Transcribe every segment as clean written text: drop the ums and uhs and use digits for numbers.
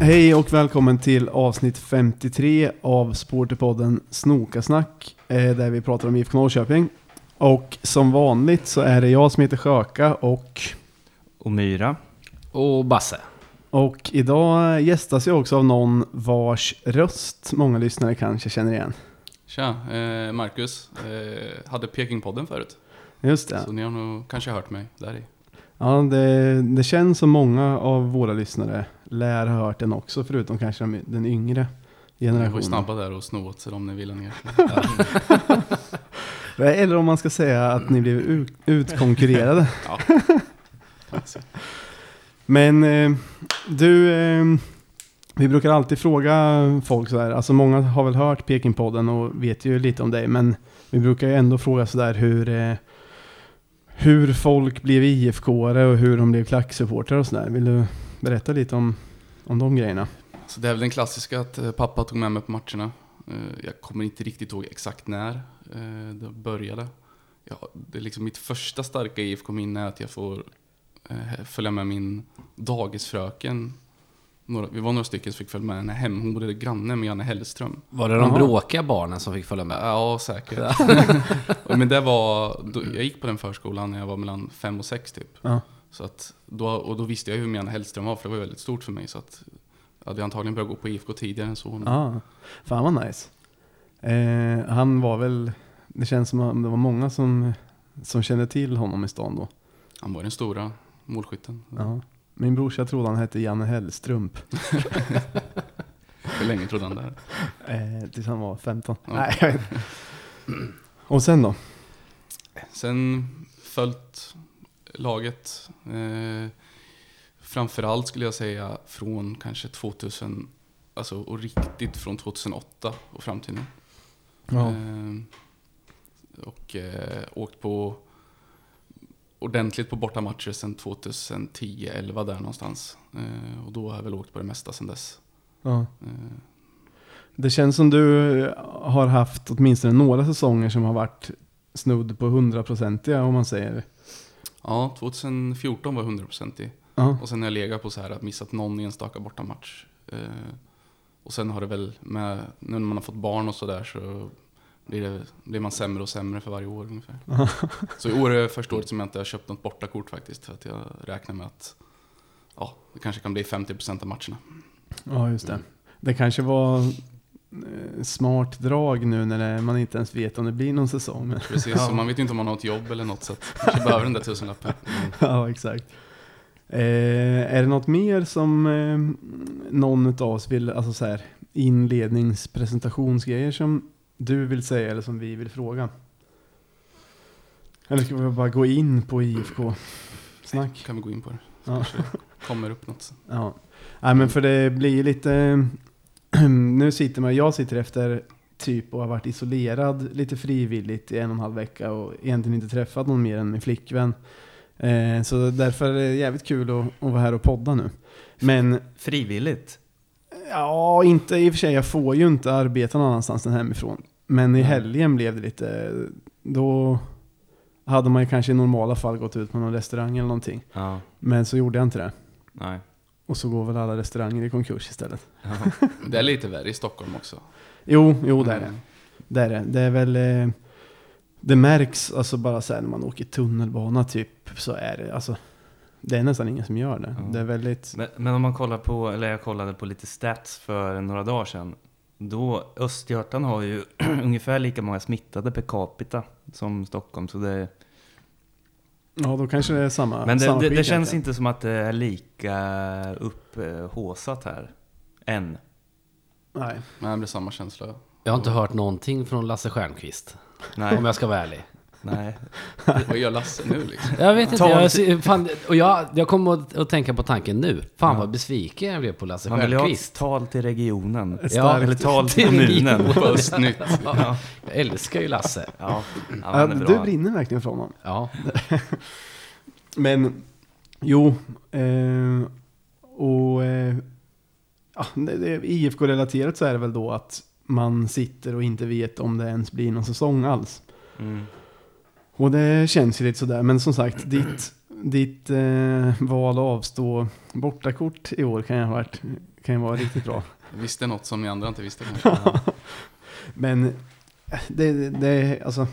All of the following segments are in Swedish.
Hej och välkommen till avsnitt 53 av Sporterpodden Snokasnack, där vi pratar om IFK Norrköping. Och som vanligt så är det jag som heter Sjöka och Myra och Basse. Och idag gästas jag också av någon vars röst många lyssnare kanske känner igen. Tja, Marcus. Hade Pekingpodden förut. Just det. Så ni har nog kanske hört mig där i. Ja, det känns som många av våra lyssnare lär ha hört den också, förutom kanske den yngre generationen. Ni var ju snabba där och sno åt sig om ni ville ner. Eller om man ska säga att ni blev utkonkurrerade. Ja. Tack så. Men vi brukar alltid fråga folk sådär, alltså många har väl hört Pekingpodden och vet ju lite om dig, men vi brukar ju ändå fråga sådär hur folk blev IFK-are och hur de blev klacksupportrar och sådär. Vill du berätta lite om de grejerna? Så det är väl den klassiska att pappa tog med mig på matcherna. Jag kommer inte riktigt ihåg exakt när det började. Det är liksom mitt första starka IFK-minne är att jag får följa med min dagisfröken. Vi var några stycken som fick följa med henne hem. Hon bodde granne med Janne Hellström. Var det de bråkiga barnen som fick följa med? Ja, säkert. Men det var, jag gick på den förskolan när jag var mellan 5 och 6 typ. Ja. Så att då visste jag ju hur Janne Hellström var, för det var väldigt stort för mig. Så att jag hade antagligen börjat gå på IFK tidigare än så. Ja, fan vad nice. Han var väl, det känns som att det var många som kände till honom i stan då. Han var den stora målskytten. Ja. Min brorsa trodde han hette Janne Hellstrump. Hur länge trodde han där? Tills han var 15. Ja. Nej, jag vet. Och sen då? Sen följt laget. Framförallt skulle jag säga från kanske 2000, alltså och riktigt från 2008 och fram till nu. Ja. Åkt på ordentligt på bortamatcher sedan 2010-11 där någonstans. Och då har jag väl åkt på det mesta sedan dess. Ja. Det känns som du har haft åtminstone några säsonger som har varit snudd på 100%, om man säger. Ja, 2014 var 100%. Ja. Och sen har jag legat på så här att missat någon enstaka bortamatch. Och sen har det väl med, när man har fått barn och sådär så blir man sämre och sämre för varje år ungefär. Så i år är det första året som jag inte har köpt något bortakort faktiskt, för att jag räknar med att det kanske kan bli 50% av matcherna. Ja, just det. Det kanske var smart drag nu när man inte ens vet om det blir någon säsong. Precis, så man vet ju inte om man har ett jobb eller något, så att man kanske behöver den där 1000-lappen. Ja, exakt. Är det något mer som någon av oss vill, alltså så här inledningspresentationsgrejer som du vill säga eller som vi vill fråga? Eller ska vi bara gå in på IFK-snack? Kan vi gå in på det? Så Ja. kanske kommer upp något. Ja. Nej, men för det blir lite nu jag sitter efter typ och har varit isolerad lite frivilligt i 1,5 vecka och egentligen inte träffat någon mer än min flickvän. Så därför är det jävligt kul att vara här och podda nu. Men frivilligt? ja, inte i och för sig. Jag får ju inte arbeta någon annanstans än hemifrån. Men i helgen blev det lite, då hade man ju kanske i normala fall gått ut på någon restaurang eller någonting. Ja. Men så gjorde jag inte det. Nej. Och så går väl alla restauranger i konkurs istället. Ja. Det är lite värre i Stockholm också. Jo, det är det. Det är det. Det är väl, det märks alltså bara så här när man åker tunnelbana typ, så är det alltså, det är nästan ingen som gör det. Ja. Det är väldigt. Men om man kollar på, eller jag kollade på lite stats för några dagar sedan. Då Östergötland har ju ungefär lika många smittade per capita som Stockholm, så det. Ja, då kanske det är samma. Men samma det känns inte som att det är lika upphåsat här än. Nej. Men det blir samma känsla. Jag har inte hört någonting från Lasse Stjernqvist. Nej. Om jag ska vara ärlig. Nej. Vad gör Lasse nu liksom? Jag vet inte. Jag kommer att tänka på tanken nu. Fan vad besviken jag blev på Lasse Man vill ha ett Stjernqvist. tal till regionen. Ja, eller tal till kommunen. På Östnytt. Ja. Jag älskar ju Lasse. Ja, Ja, han är bra. du brinner verkligen från honom. Ja. Men jo, IFK-relaterat så är det väl då att man sitter och inte vet om det ens blir någon säsong alls. Mm. Och det känns ju lite sådär. Men som sagt, ditt val att avstå bortakort i år kan kan ju vara riktigt bra. Jag visste något som ni andra inte visste. Men alltså,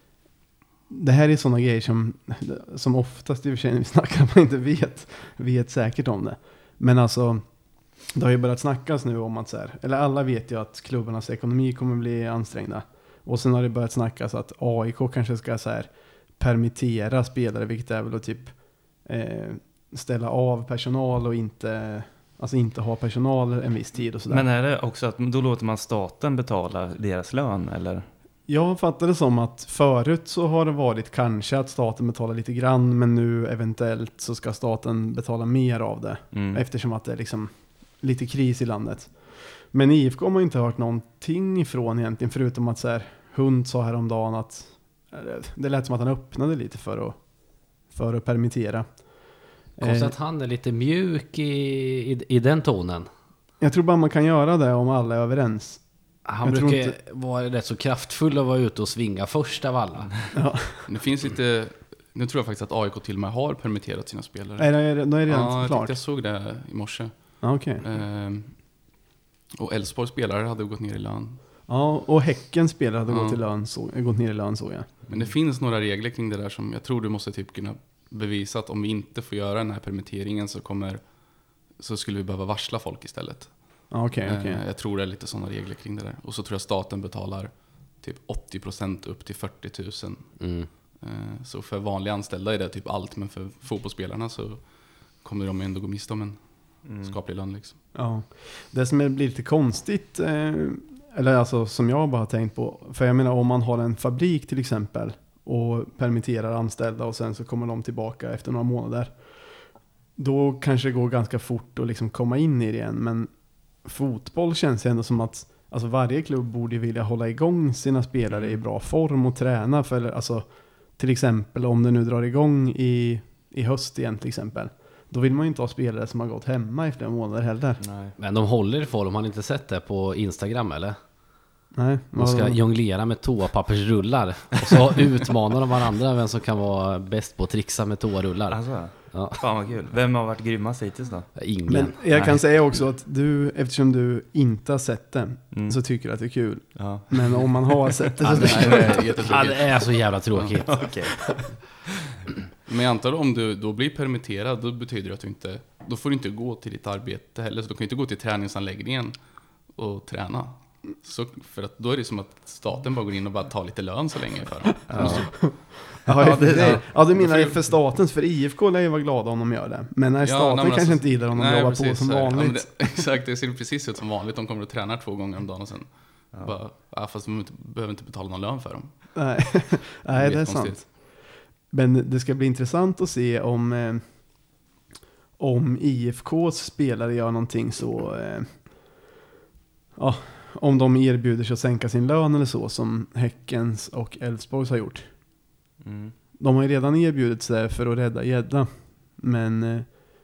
det här är sådana grejer som oftast i och för sig när vi snackar man inte vet säkert om det. Men alltså, det har ju börjat snackas nu om att så här, eller alla vet ju att klubbarnas ekonomi kommer bli ansträngda. Och sen har det börjat snackas att AIK kanske ska så här permittera spelare, vilket är väl att typ ställa av personal och inte ha personal en viss tid och sådär. Men är det också att då låter man staten betala deras lön, eller? Jag fattar det som att förut så har det varit kanske att staten betalar lite grann, men nu eventuellt så ska staten betala mer av det. Eftersom att det är liksom lite kris i landet. Men IFK har man inte hört någonting ifrån egentligen, förutom att så här, Hund sa häromdagen att det lät som att han öppnade lite för att permittera. Konstigt att han är lite mjuk i den tonen. Jag tror bara man kan göra det om alla är överens. Han brukar vara rätt så kraftfull och vara ute och svinga först av alla. Ja. Det finns lite... Nu tror jag faktiskt att AIK till och med har permitterat sina spelare. Då är det redan klart. Jag såg det i morse. Okay. Och Elfsborgs spelare hade gått ner i lön. Ja, och Häckens spelare hade gått ner i lön, så jag. Men det finns några regler kring det där som jag tror du måste typ kunna bevisa att om vi inte får göra den här permitteringen så skulle vi behöva varsla folk istället. Okay. Jag tror det är lite sådana regler kring det där. Och så tror jag staten betalar typ 80% upp till 40 000. Så för vanliga anställda är det typ allt, men för fotbollsspelarna så kommer de ändå gå miste om en skaplig lön liksom. Ja, det som blir lite konstigt, eller alltså som jag bara har tänkt på, för jag menar om man har en fabrik till exempel och permitterar anställda och sen så kommer de tillbaka efter några månader, då kanske det går ganska fort att liksom komma in i det igen. Men fotboll känns ju ändå som att alltså varje klubb borde vilja hålla igång sina spelare i bra form och träna, för alltså till exempel om det nu drar igång i höst igen till exempel, då vill man ju inte ha spelare som har gått hemma i flera månader heller. Nej. Men de håller i form, har ni inte sett det på Instagram eller? Nej. De ska jonglera med toapappersrullar och så utmanar de varandra vem som kan vara bäst på att trixa med toarullar. Alltså, ja. Fan vad kul. Vem har varit grymmast hittills då? Ingen. Men jag kan säga också att eftersom du inte har sett det, så tycker du att det är kul. Ja. Men om man har sett det så Det är så jävla tråkigt. Okej. Men jag antar om du då blir permitterad, då betyder det att då får du inte gå till ditt arbete heller. Så du kan inte gå till träningsanläggningen och träna. Så, för att då är det som att staten bara går in och bara tar lite lön så länge för dem. Du menar för statens, för IFK lär ju vara glada om de gör det. Men när staten kanske inte gillar om de jobbar precis, på som vanligt. Exakt, det ser precis ut som vanligt. De kommer att träna 2 gånger om dagen och sen fast de behöver inte betala någon lön för dem. Nej, det är sant. Men det ska bli intressant att se om IFKs spelare gör någonting så... om de erbjuder sig att sänka sin lön eller så, som Häckens och Elfsborgs har gjort. De har ju redan erbjudit sig för att rädda Gädda. Men...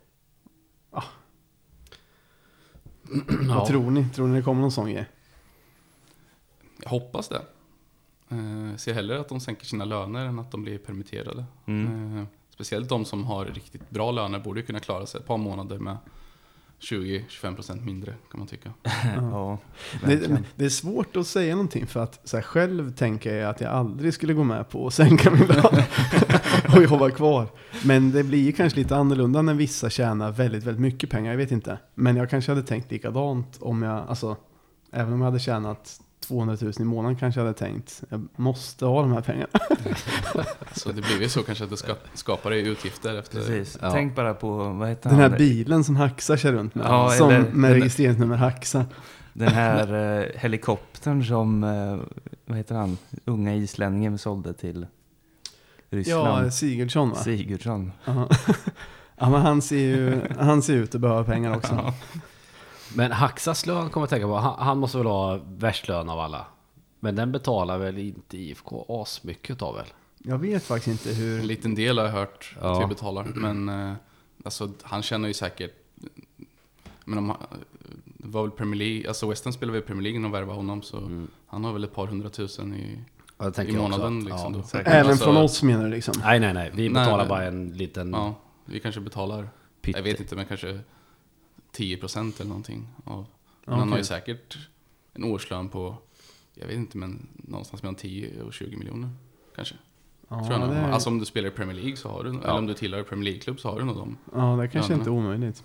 Vad tror ni? Tror ni det kommer någon sån grej? Jag hoppas det. Ser hellre att de sänker sina löner än att de blir permitterade. Speciellt de som har riktigt bra löner borde kunna klara sig ett par månader med 20-25% mindre, kan man tycka. Ja, det är svårt att säga någonting, för att så här, själv tänker jag att jag aldrig skulle gå med på att sänka min lön och jobba kvar. Men det blir kanske lite annorlunda när vissa tjänar väldigt, väldigt mycket pengar, jag vet inte. Men jag kanske hade tänkt likadant om även om jag hade tjänat 200 000 i månaden, kanske jag hade tänkt jag måste ha de här pengarna. Så det blir ju så kanske att det skapar utgifter efter. Precis. Ja. Tänk bara på, vad heter den här bilen som Haxa kör runt med, med registreringsnummer Haxa. Den här helikoptern som, vad heter han, unga islänningen sålde till Ryssland. Ja, Sigurdsson va? Sigurdsson. Ja, men han ser ut att behöva pengar också. Ja. Men Haxas lön kommer jag tänka på. Han måste väl ha värst lön av alla. Men den betalar väl inte IFK asmycket av väl? Jag vet faktiskt inte hur... En liten del har jag hört att vi betalar. Men alltså, han känner ju säkert... Men det var väl Premier League... Alltså Western spelar väl Premier League och värva honom. Så han har väl ett par 100 000 i månaden. Liksom, då. Även alltså, från oss menar du liksom? Nej. Vi betalar bara en liten... Ja, vi kanske betalar... Jag vet inte, men kanske 10% eller någonting av. Men Ja, han har ju okej. säkert en årslön på, jag vet inte, men någonstans mellan 10 och 20 miljoner kanske. Ja, Tror jag nog. det, Alltså om du spelar i Premier League så har du, eller om du tillhör Premier League-klubb så har du nog dem. ja, det kanske lönerna. inte är omöjligt.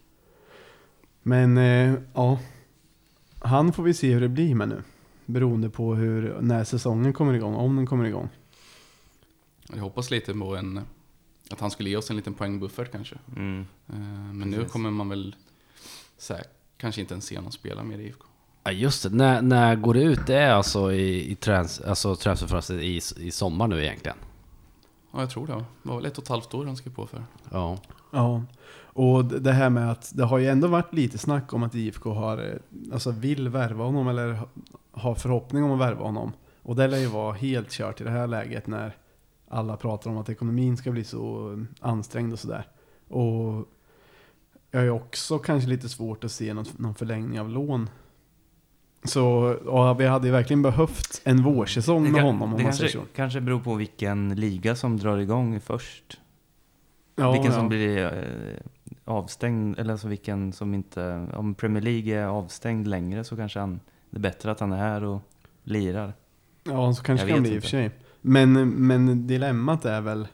Men ja, han får vi se hur det blir med nu. Beroende på när säsongen kommer igång, om den kommer igång. Jag hoppas lite på att han skulle ge oss en liten poängbuffert kanske. Mm. Men nu Precis. kommer man väl kanske inte ens se någon spela mer i IFK. Ja, just det. När går det ut? Det är alltså i transferfönstret i sommar nu egentligen. Ja, jag tror det. Det var väl 1,5 år han skrev på för. Ja. Ja, och det här med att det har ju ändå varit lite snack om att IFK har, alltså vill värva honom eller har förhoppning om att värva honom. Och det lär ju vara helt kört i det här läget när alla pratar om att ekonomin ska bli så ansträngd och sådär. Och jag är också kanske lite svårt att se någon förlängning av lån. Så och vi hade ju verkligen behövt en vårsäsong med honom om Det man säger så. kanske beror på vilken liga som drar igång först. Ja, Vilken ja. som blir avstängd, eller alltså vilken som inte, om Premier League är avstängd längre så kanske det är bättre att han är här och lirar. Ja, så kanske Jag kan vet bli i och inte. för sig. Men dilemmat är väl...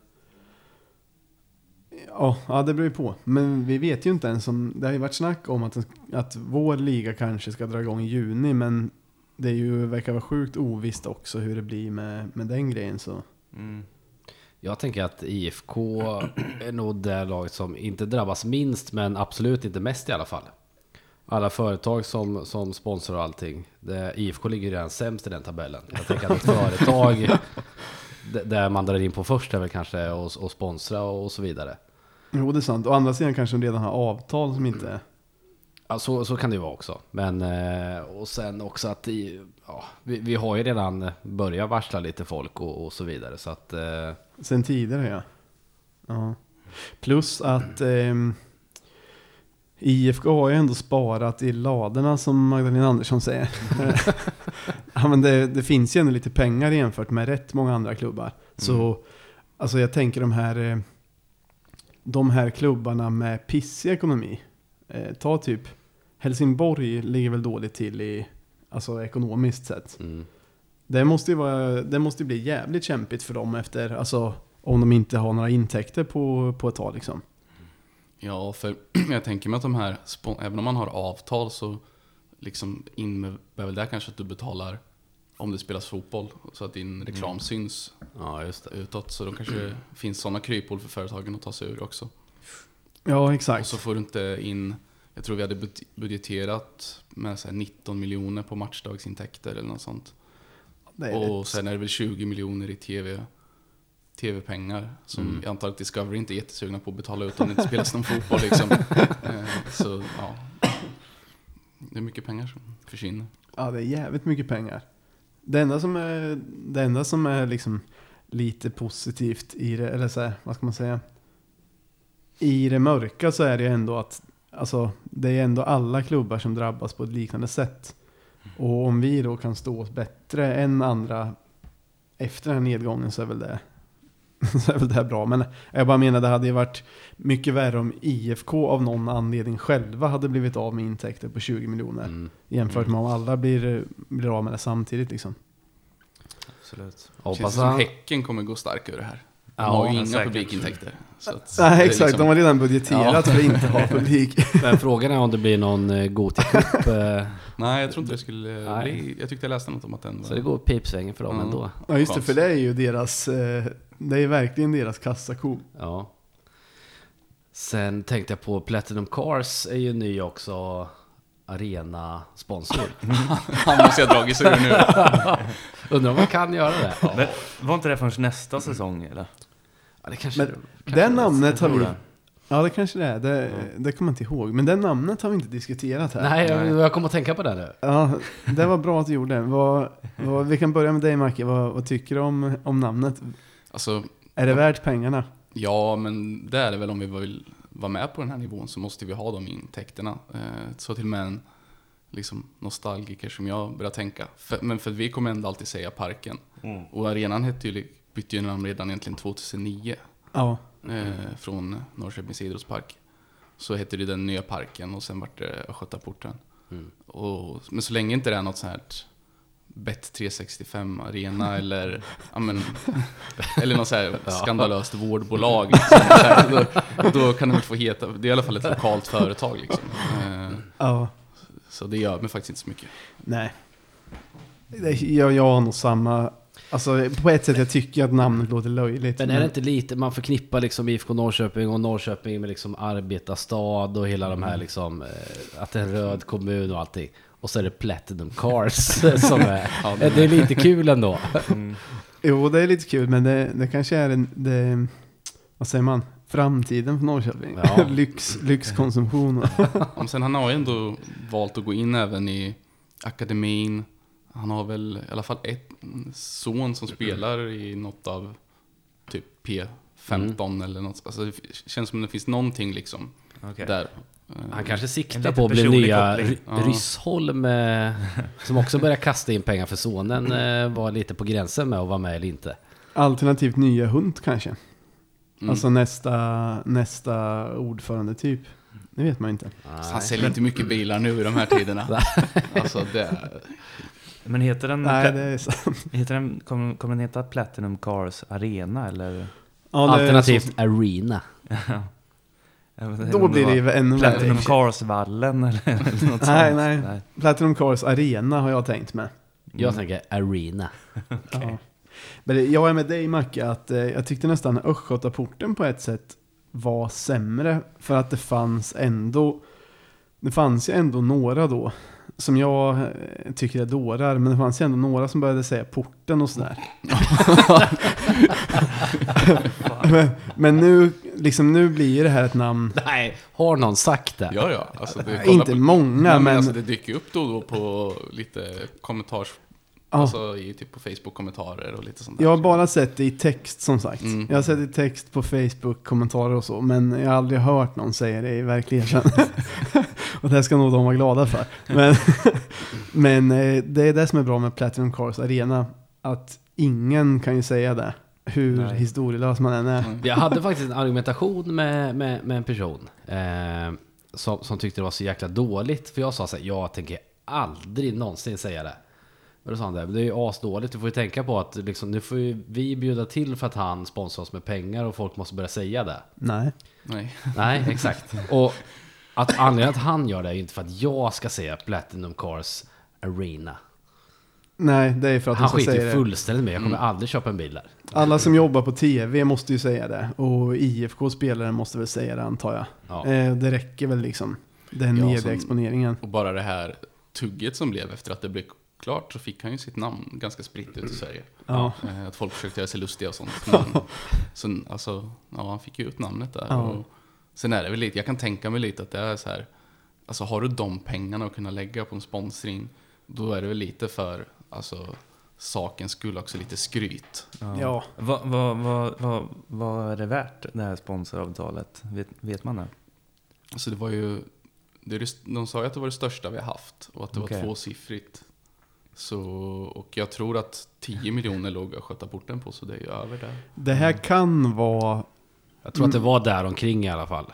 Ja, det beror ju på. Men vi vet ju inte ens om... Det har ju varit snack om att vår liga kanske ska dra igång i juni, men det är ju, verkar vara sjukt ovisst också hur det blir med den grejen. Så. Mm. Jag tänker att IFK är nog det laget som inte drabbas minst, men absolut inte mest i alla fall. Alla företag som sponsrar och allting. IFK ligger redan sämst i den tabellen. Jag tänker att ett företag där man drar in på först är väl kanske och sponsra och så vidare. Jo, det är sant. Å andra sidan kanske de redan har avtal som inte... Ja, så kan det ju vara också. Men, och sen också att vi har ju redan börjat varsla lite folk och så vidare. Så att, Sen tidigare, ja. Plus att IFK har ju ändå sparat i ladorna, som Magdalena Andersson säger. Ja, men det finns ju ändå lite pengar jämfört med rätt många andra klubbar. Så alltså jag tänker de här klubbarna med pissig ekonomi. Ta typ Helsingborg ligger väl dåligt till alltså ekonomiskt sett. Det måste bli jävligt kämpigt för dem efter, alltså om de inte har några intäkter på ett tag liksom. Ja, för jag tänker mig att de här, även om man har avtal så liksom innebär väl det kanske att du betalar om det spelas fotboll så att din reklam syns ja, just det. utåt. Så då kanske finns sådana kryphål för företagen att ta sig ur också. Ja, Och exakt. så får du inte in, jag tror vi hade budgeterat med så här 19 miljoner på matchdagsintäkter eller något sånt. Och sen är det väl 20 miljoner i tv-pengar som jag antar att Discovery inte är jättesugna på att betala ut om det inte spelas någon fotboll liksom. Så ja, det är mycket pengar som försvinner. Ja, det är jävligt mycket pengar. Det enda som är liksom lite positivt i det, eller så här, vad ska man säga? I det mörka så är det ändå att alltså, det är ändå alla klubbar som drabbas på ett liknande sätt. Och om vi då kan stå oss bättre än andra efter den här nedgången så är väl det bra. Men jag bara menar, det hade ju varit mycket värre om IFK av någon anledning själva hade blivit av med intäkter på 20 miljoner. Jämfört med om alla blir av med det samtidigt liksom. Absolut. Känns som Häcken kommer gå stark ur det här. De har ju inga säkert. publikintäkter. Så att Nej, det är exakt. liksom- De har redan budgeterat för att inte ha publik. Men frågan är om det blir någon Gothia Cup. Nej, jag tror inte det skulle Nej. bli. Jag tyckte jag läste något om att den var... Så det går pipsvängen för dem Mm. ändå. Ja, just det. För det är ju deras... Det är verkligen deras kassako. Ja. Sen tänkte jag på Platinum Cars är ju ny också arena-sponsor. Han måste jag dragit sig ur nu. Undrar om man kan göra det? Ja, Men, var inte det förrän nästa säsong eller? ja det kanske... Men kanske det namnet har tror vi... det. Ja, det kanske det är. Det kommer jag inte ihåg. Men det namnet har vi inte diskuterat här. Nej, jag kommer att tänka på det nu. Ja, det var bra att du gjorde det. Vi kan börja med dig, Macke. Vad tycker du om namnet? Alltså, Är det värt pengarna? ja, men det är det väl om vi vill vara med på den här nivån så måste vi ha de intäkterna. Så till och med en liksom, nostalgiker som jag börjar tänka. Men för vi kommer ändå alltid säga Parken. Och arenan bytte ju namn redan egentligen 2009. Ja. Från Norrköpings idrottspark. så hette det den nya parken och sen vart det Östgötaporten. Men så länge inte det är något så här Bet365 arena eller något så här skandalöst vårdbolag liksom, så här, då kan det väl få heta, det är i alla fall ett lokalt företag liksom. Så det gör mig faktiskt inte så mycket. Nej. Jag har nog samma. Alltså på ett sätt jag tycker att namnet låter löjligt. Men är det inte lite, man förknippar liksom IFK Norrköping och Norrköping med liksom arbetarstad och hela de här liksom, att det är en röd kommun och allting. Och så är det Platinum Cars som är, det är lite kul ändå. Jo, det är lite kul, men det kanske är vad säger man? Framtiden för Norrköping. Ja. Lyxkonsumtion. Sen han har ju ändå valt att gå in även i akademin. Han har väl i alla fall ett son som spelar i något av typ P15 eller något. Alltså det känns som det finns någonting liksom där. Han kanske siktar på att bli nya Ryssholm som också börjar kasta in pengar för sonen var lite på gränsen med att vara med eller inte. Alternativt nya hund kanske. Alltså nästa ordförande typ. Det vet man inte. Han säljer inte mycket bilar nu i de här tiderna. Alltså det. Men heter den? Nej, det är sant. Kommer den heta Platinum Cars Arena eller? Ja, alternativt Arena. Då blir det ju ännu Platinum Cars-vallen eller något nej. Platinum Cars Arena har jag tänkt med. Jag tänker Arena. Okay. Ja. Men jag är med dig, Macke, att jag tyckte nästan Östgötaporten på ett sätt var sämre. För att det fanns ju ändå några då som jag tycker är dårar, men det fanns ju ändå några som började säga porten och sådär. men nu blir det här ett namn. Nej, har någon sagt det? Ja. Alltså inte många, men alltså det dyker upp då på lite kommentars. Alltså typ på Facebook-kommentarer och lite sånt där. Jag har bara sett det i text som sagt. Jag har sett det i text på Facebook-kommentarer och så. Men jag har aldrig hört någon säga det i verkligheten. Och det ska nog de vara glada för. Men det är det som är bra med Platinum Cars Arena. Att ingen kan ju säga det. Hur historielös man än är. Jag hade faktiskt en argumentation med en person som tyckte det var så jäkla dåligt. För jag sa så här, jag tänker aldrig någonsin säga det. Men då sa han det är ju asdåligt. Du får ju tänka på att liksom, nu får ju vi bjuda till för att han sponsrar oss med pengar och folk måste börja säga det. Nej, exakt. Och att anledningen att han gör det är inte för att jag ska säga Platinum Cars Arena. Nej, det är för att han skiter fullständigt med. Jag kommer aldrig köpa en bil där. Alla som jobbar på tv måste ju säga det. Och IFK-spelare måste väl säga det, antar jag. Ja. Det räcker väl liksom. Den medieexponeringen. Och bara det här tugget som blev efter att det blev klart, så fick han ju sitt namn ganska spritt ut i Sverige. Ja. Att folk försökte göra sig lustiga och sånt. Men, han fick ju ut namnet där. Ja. Och sen är det väl lite, jag kan tänka mig lite att det är så här, alltså har du de pengarna att kunna lägga på en sponsring, då är det väl lite för, alltså saken skulle också lite skryt. Ja. Vad är det värt, det här sponsoravtalet? Vet man det? Alltså det var ju, de sa ju att det var det största vi har haft och att det var tvåsiffrigt. Så, och jag tror att 10 miljoner låg Östgötaporten på, så det är ju över där. Det här kan vara... Jag tror att det var där omkring i alla fall.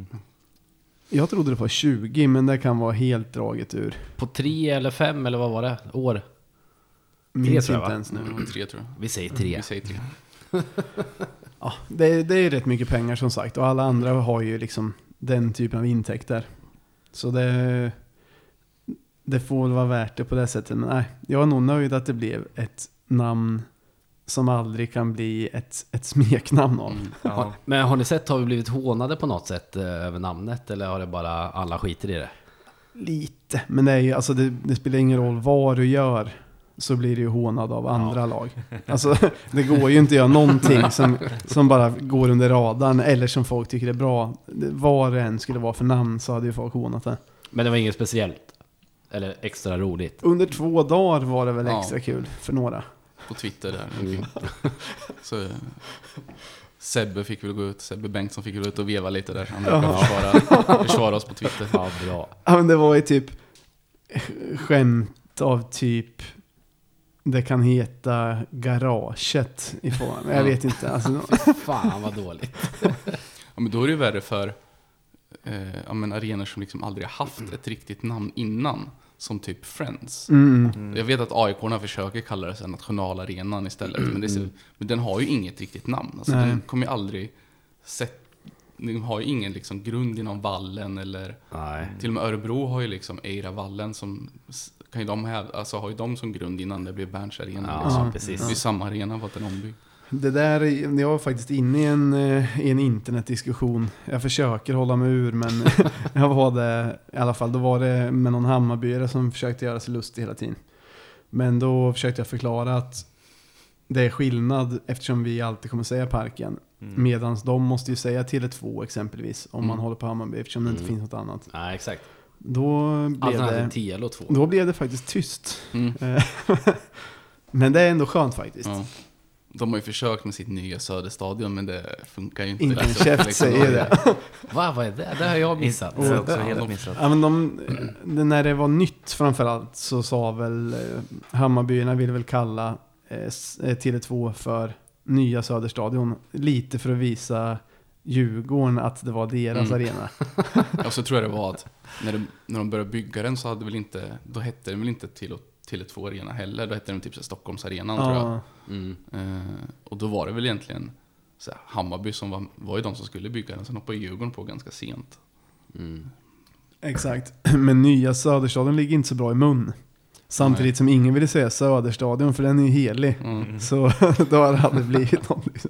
Jag trodde det var 20, men det kan vara helt draget ur. På 3 eller 5 eller vad var det? År? Minns inte ens nu. 3 tror jag. Vi säger 3. Ja, det är rätt mycket pengar som sagt. Och alla andra har ju liksom den typen av intäkter. Så det får vara värt det på det sättet. Men nej, jag är nog nöjd att det blev ett namn som aldrig kan bli ett smeknamn av. Ja. Men har ni sett, har vi blivit hånade på något sätt över namnet? Eller har det bara alla skiter i det? Lite, men det är ju, alltså det spelar ingen roll vad du gör, så blir det ju hånad av andra lag. Alltså det går ju inte att göra någonting som bara går under radarn eller som folk tycker är bra. Vad det än skulle vara för namn så hade ju folk hånat det. Men det var inget speciellt? Eller extra roligt? Under 2 dagar var det väl extra kul för några. På Twitter där. Så Sebbe Bengtsson fick väl gå ut och veva lite där. Han brukar försvara oss på Twitter. Ja, bra. Ja, men det var ju typ skämt av typ, det kan heta garaget ifrån. Jag vet inte. Alltså, fan vad dåligt. Ja, men då är det ju värre för arenor som liksom aldrig har haft ett riktigt namn innan. Som typ Friends. Jag vet att AIK-orna försöker kalla det så här nationalarenan istället. Men den har ju inget riktigt namn. Alltså, den kommer ju aldrig den har ju ingen liksom grund inom vallen. Eller, till och med Örebro har ju liksom Eira-vallen som kan ju har ju de som grund innan det blev Berns arena. Ja, liksom. precis. Det är samma arena för att den är ombyggd. Det där, jag var faktiskt inne i en internetdiskussion. Jag försöker hålla mig ur, men jag var det i alla fall. Då var det med någon Hammarbyare som försökte göra sig lustig hela tiden. Men då försökte jag förklara att det är skillnad eftersom vi alltid kommer säga Parken. Medans de måste ju säga Tele2 exempelvis om man håller på Hammarby eftersom det inte finns något annat. Nej, exakt. Då blev det faktiskt tyst. Men det är ändå skönt faktiskt. Ja. De har ju försökt med sitt nya Söderstadion, men det funkar ju inte. Inte en käft säger det. Vad är det? Det har jag missat. Det har också helt missat. Ja, men när det var nytt framförallt så sa väl Hammarbyarna ville väl kalla Tele2 för nya Söderstadion. Lite för att visa Djurgården att det var deras arena. Och så tror jag det var att när de började bygga den så hade väl inte, då hette den väl inte Tele2 arena heller. Då hette den typ så Stockholmsarenan tror jag. Och då var det väl egentligen så här, Hammarby som var ju de som skulle bygga den. Sen hoppade Djurgården på ganska sent. Exakt. Men nya Söderstadion ligger inte så bra i mun. Samtidigt som ingen ville säga Söderstadion för den är ju helig. Så då har det aldrig blivit något liksom.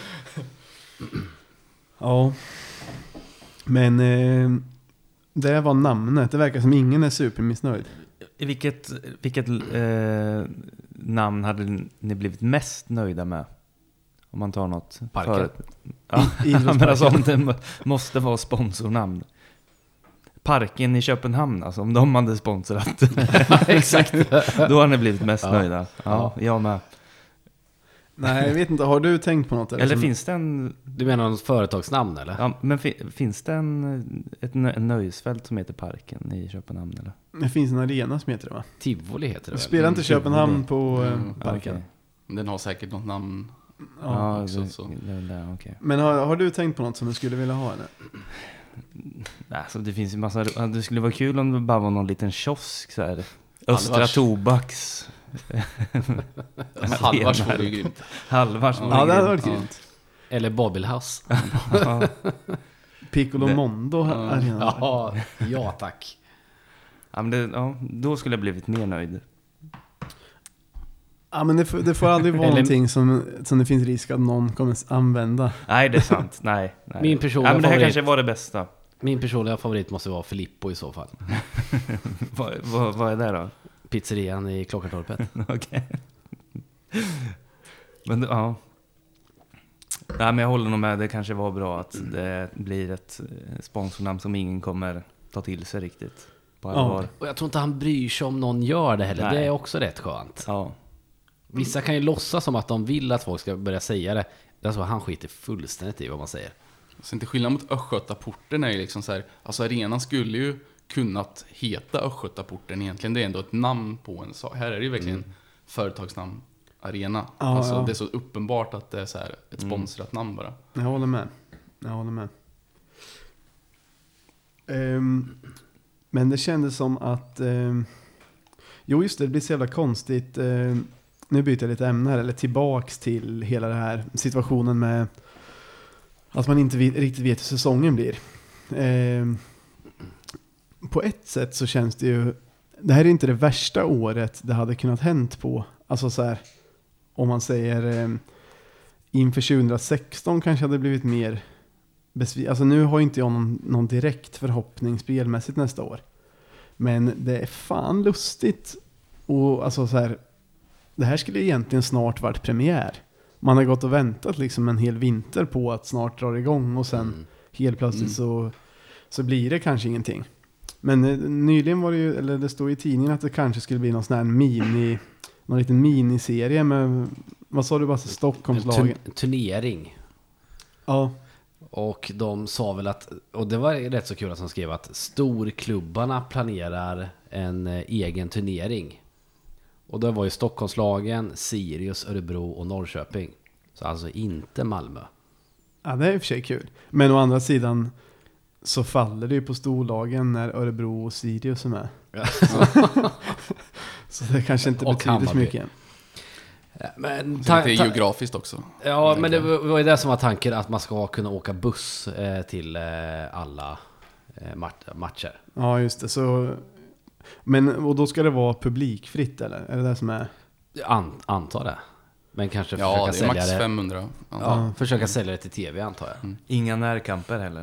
Ja. Men det var namnet. Det verkar som ingen är supermissnöjd. Vilket namn hade ni blivit mest nöjda med? Om man tar något. Parken. Ja, men alltså om det måste vara sponsornamn. Parken i Köpenhamn, alltså om de hade sponsrat. Exakt. Då har ni blivit mest nöjda. Ja, jag med. Nej, jag vet inte. Har du tänkt på något? Eller finns det en... Du menar något företagsnamn eller? Ja, men finns det en nöjesfält som heter Parken i Köpenhamn eller? Det finns en arena som heter det, va? Tivoli heter det väl? Spelar inte Köpenhamn på Parken? Okay. Den har säkert något namn. Ja, så. Okay. Men har du tänkt på något som du skulle vilja ha? Eller? Alltså, det finns ju massa... Det skulle vara kul om det bara var någon liten kiosk så här. Östra Tobaks. Halvars vore ju grymt. Halvars vore det hade grymt. varit grymt. Eller Babelhaus. Piccolo Mondo arena. Ja, tack. Ja, men då skulle jag blivit mer nöjd. Ja, men det får aldrig vara någonting som det finns risk att någon kommer använda. Nej, det är sant. Nej. Min personliga men det här favorit. kanske var det bästa. Min personliga favorit måste vara Filippo i så fall. Vad är det då? Pizzerian i Klockartorpet. Okej. Men ja. Nej, men jag håller nog med. Det kanske var bra att det blir ett sponsornamn som ingen kommer ta till sig riktigt på allvar. Och jag tror inte han bryr sig om någon gör det heller. Nej. Det är också rätt skönt. Ja. Vissa kan ju låtsas som att de vill att folk ska börja säga det. Alltså han skiter fullständigt i vad man säger. Sen till skillnad mot Östgötaporten är ju liksom så här, alltså arenan skulle ju kunnat heta Östgötaporten egentligen. Det är ändå ett namn på en sak. Här är det ju verkligen företagsnamn arena. Det är så uppenbart att det är så här ett sponsrat namn bara. Jag håller med. Men det kändes som att jo just det blir så jävla konstigt. Nu byter jag lite ämne här, eller tillbaks till hela det här situationen med att man inte riktigt vet hur säsongen blir. På ett sätt så känns det ju, det här är inte det värsta året det hade kunnat hänt på. Alltså så här, om man säger inför 2016 kanske hade blivit mer alltså nu har inte jag någon direkt förhoppning spelmässigt nästa år. Men det är fan lustigt. Och alltså så här, det här skulle egentligen snart varit premiär. Man har gått och väntat liksom en hel vinter på att snart dra igång och sen helt plötsligt så blir det kanske ingenting. Men nyligen var det ju, eller det stod i tidningen att det kanske skulle bli någon sån här någon liten miniserie med, vad sa du, bara Stockholmslagen? Turnering. Ja. Och de sa väl att, och det var rätt så kul att de skrev att storklubbarna planerar en egen turnering. Och det var ju Stockholmslagen, Sirius, Örebro och Norrköping. Så alltså inte Malmö. Ja, det är i och för sig kul. Men å andra sidan, så faller det ju på storlagen när Örebro och Sirius är med. Ja. Så det kanske inte Och betyder så Hammarby. mycket. Men Så det är geografiskt också. ja, men det var ju det som var tanken, att man ska kunna åka buss till alla matcher. Ja, just det. Så, och då ska det vara publikfritt, eller? Är det det som är? Antar det. Men kanske Ja, försöka det är sälja max det. 500. Ja, försöka sälja det till tv, antar jag. Inga närkamper heller.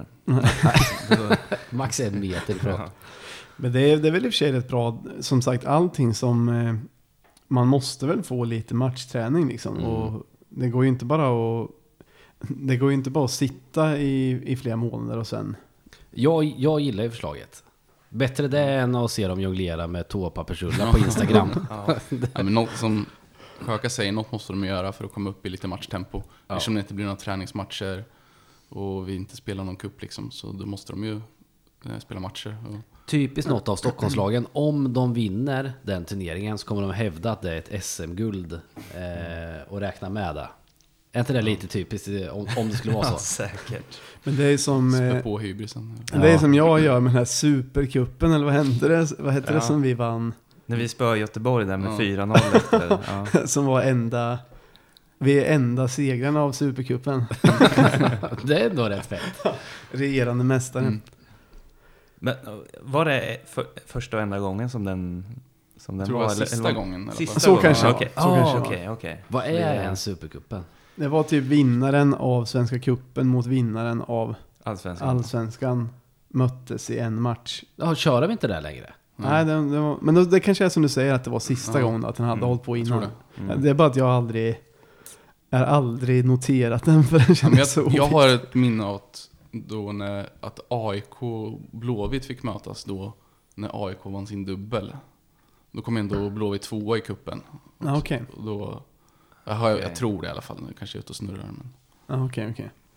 Max 1 meter ifrån. Men det är väl i och för sig rätt bra. Som sagt, allting som... man måste väl få lite matchträning liksom. Och det går ju inte bara att... Det går ju inte bara att sitta i flera månader och sen... Jag gillar ju förslaget. Bättre det än att se dem jonglera med toapappersrullar på Instagram. Ja, men något som Sjöka säger, något måste de göra för att komma upp i lite matchtempo. Ja. Eftersom det inte blir några träningsmatcher och vi inte spelar någon cup liksom, så då måste de ju spela matcher. Typiskt något av Stockholmslagen. Om de vinner den turneringen så kommer de hävda att det är ett SM-guld och räkna med det. Är inte det lite typiskt om det skulle vara så? Ja, säkert. Men det är som... Spä på hybrisen. Det är som jag gör med den här supercupen, eller vad hette det som vi vann? När vi spöade Göteborg där med 4-0 efter. Ja. Som var vi är enda segrarna av supercupen. Det är ändå rätt fett. Regerande mästaren. Men var det första och enda gången som den Jag tror det var sista gången i alla fall. Sista Så gången? kanske Okej. det var. Så kanske det var. Okej. Vad är en supercupen? Det var typ vinnaren av Svenska cupen mot vinnaren av Allsvenskan. Allsvenskan möttes i en match. Ja, kör vi inte där längre? Nej, det var, men det kanske är som du säger, att det var sista gången att den hade hållit på innan. Det är bara att jag aldrig noterat den, för den känns så jag har ett minne av att AIK Blåvitt fick mötas då när AIK vann sin dubbel. Då kom ändå Blåvitt 2 i kuppen. Ja, okej. Och då, jag tror det i alla fall, nu kanske jag är ute och snurrar. Men... Ja, okej.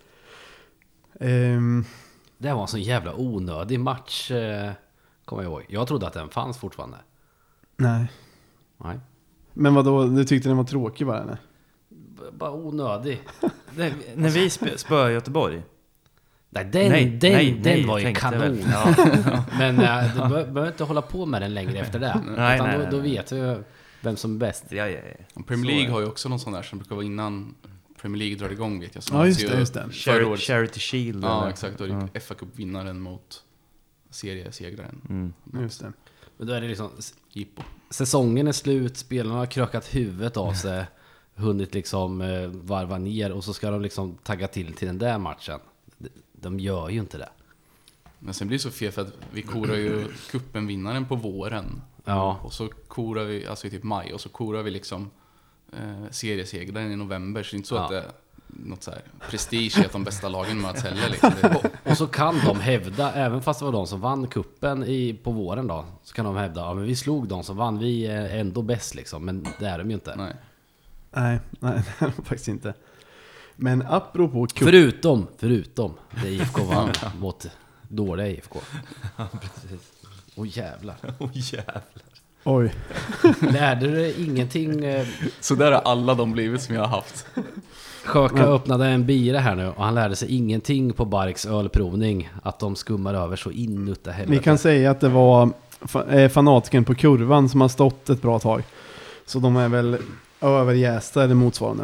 Det var en så jävla onödig match, kommer jag ihåg. Jag trodde att den fanns fortfarande. Nej. Men vadå, du tyckte den var tråkig bara, eller? Bara onödig. När vi spöade Göteborg. Nej, den var ju tänkte kanon. väl. Ja. Men du behöver inte hålla på med den längre efter det. Nej. Då vet vi vem som är bäst. Ja. Premier League har ju också någon sån där som brukar vara innan Premier League drar igång, vet jag. Ja, just det. Charity Shield. Ja, eller? exakt. Då är det FA-cupvinnaren mot seriesegraren. Just det. Men då är det liksom... Jippo. Säsongen är slut, spelarna har krökat huvudet av sig, hunnit liksom varva ner, och så ska de liksom tagga till den där matchen. De gör ju inte det. Men sen blir det så fel för att vi korar ju kuppenvinnaren på våren. Ja. Och så korar vi, alltså i typ maj, och så korar vi liksom seriesegraren i november. Så det är inte så att det är något så här prestige i att de bästa lagen möts heller liksom. Och så kan de hävda, även fast det var de som vann kuppen på våren då, så kan de hävda, ja men vi slog de som vann, vi är ändå bäst liksom. Men det är de ju inte. Nej, det är de faktiskt inte. Men apropå Förutom det IFK vann mot dåliga IFK. Ja, precis. Jävlar. Jävlar. Oj. Lärde du dig ingenting? Så där har alla de blivit som jag har haft. Sjöka öppnade en bira här nu, och han lärde sig ingenting på Barks ölprovning, att de skummar över så inutta helvete. Vi kan säga att det var fanatiken på kurvan som har stått ett bra tag. Så de är väl överjästa eller motsvarande.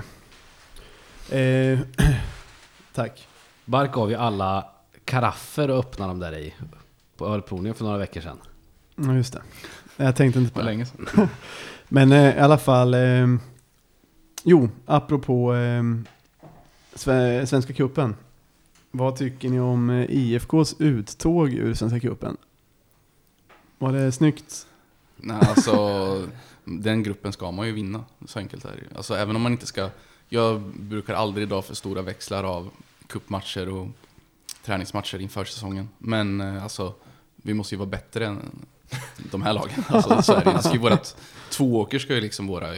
Tack. Bark gav ju alla karaffer och öppnade dem där i på ölprovningen för några veckor sedan. Ja, just det. Jag tänkte inte på För det. länge sedan. Men i alla fall, apropå Svenska cupen. Vad tycker ni om IFKs uttåg ur Svenska cupen? Var det snyggt? Nej, alltså den gruppen ska man ju vinna. Så enkelt är det. Alltså även om man inte ska... Jag brukar aldrig dra för stora växlar av cupmatcher och träningsmatcher inför säsongen. Men alltså, vi måste ju vara bättre än de här lagen. Alltså, så är det. Ska ju vårat tvååker ska ju liksom våra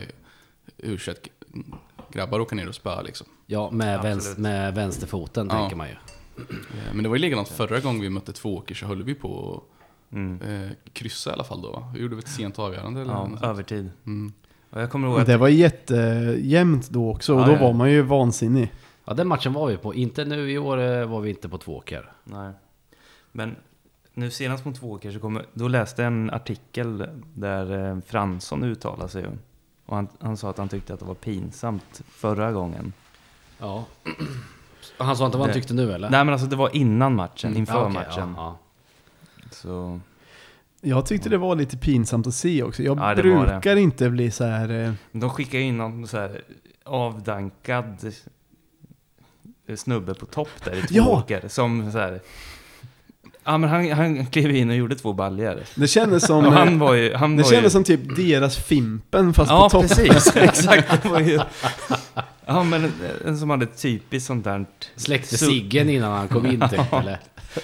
grabbar åka ner och spöa liksom. Ja, med vänsterfoten tänker man ju. Men det var ju likadant förra gången vi mötte tvååker, så höll vi på kryssa i alla fall då. Vi gjorde ett sent avgörande eller Ja, något övertid. Mm. Och jag kommer ihåg att Det var jättejämnt då också, och då var man ju vansinnig. Ja, den matchen var vi på. Inte nu i år var vi inte på Tvååker. Nej. Men nu senast mot Tvååker då läste jag en artikel där Fransson uttalade sig. Och han sa att han tyckte att det var pinsamt förra gången. Ja. Han sa inte vad han tyckte nu eller? Nej men alltså det var innan matchen, inför okej, matchen. Ja. Så... Jag tyckte det var lite pinsamt att se också. Jag Ja, det brukar inte bli så här... De skickar in någon så här avdankad snubbe på topp där i Tvååker. Som så här... Ja men han klev in och gjorde 2 baljor. Det kändes som... Han kändes som typ deras Fimpen fast ja, på topp. Precis. Exakt. Det var ju... Ja men en som hade typiskt sånt där... Släckte ciggen innan han kom in typ, eller?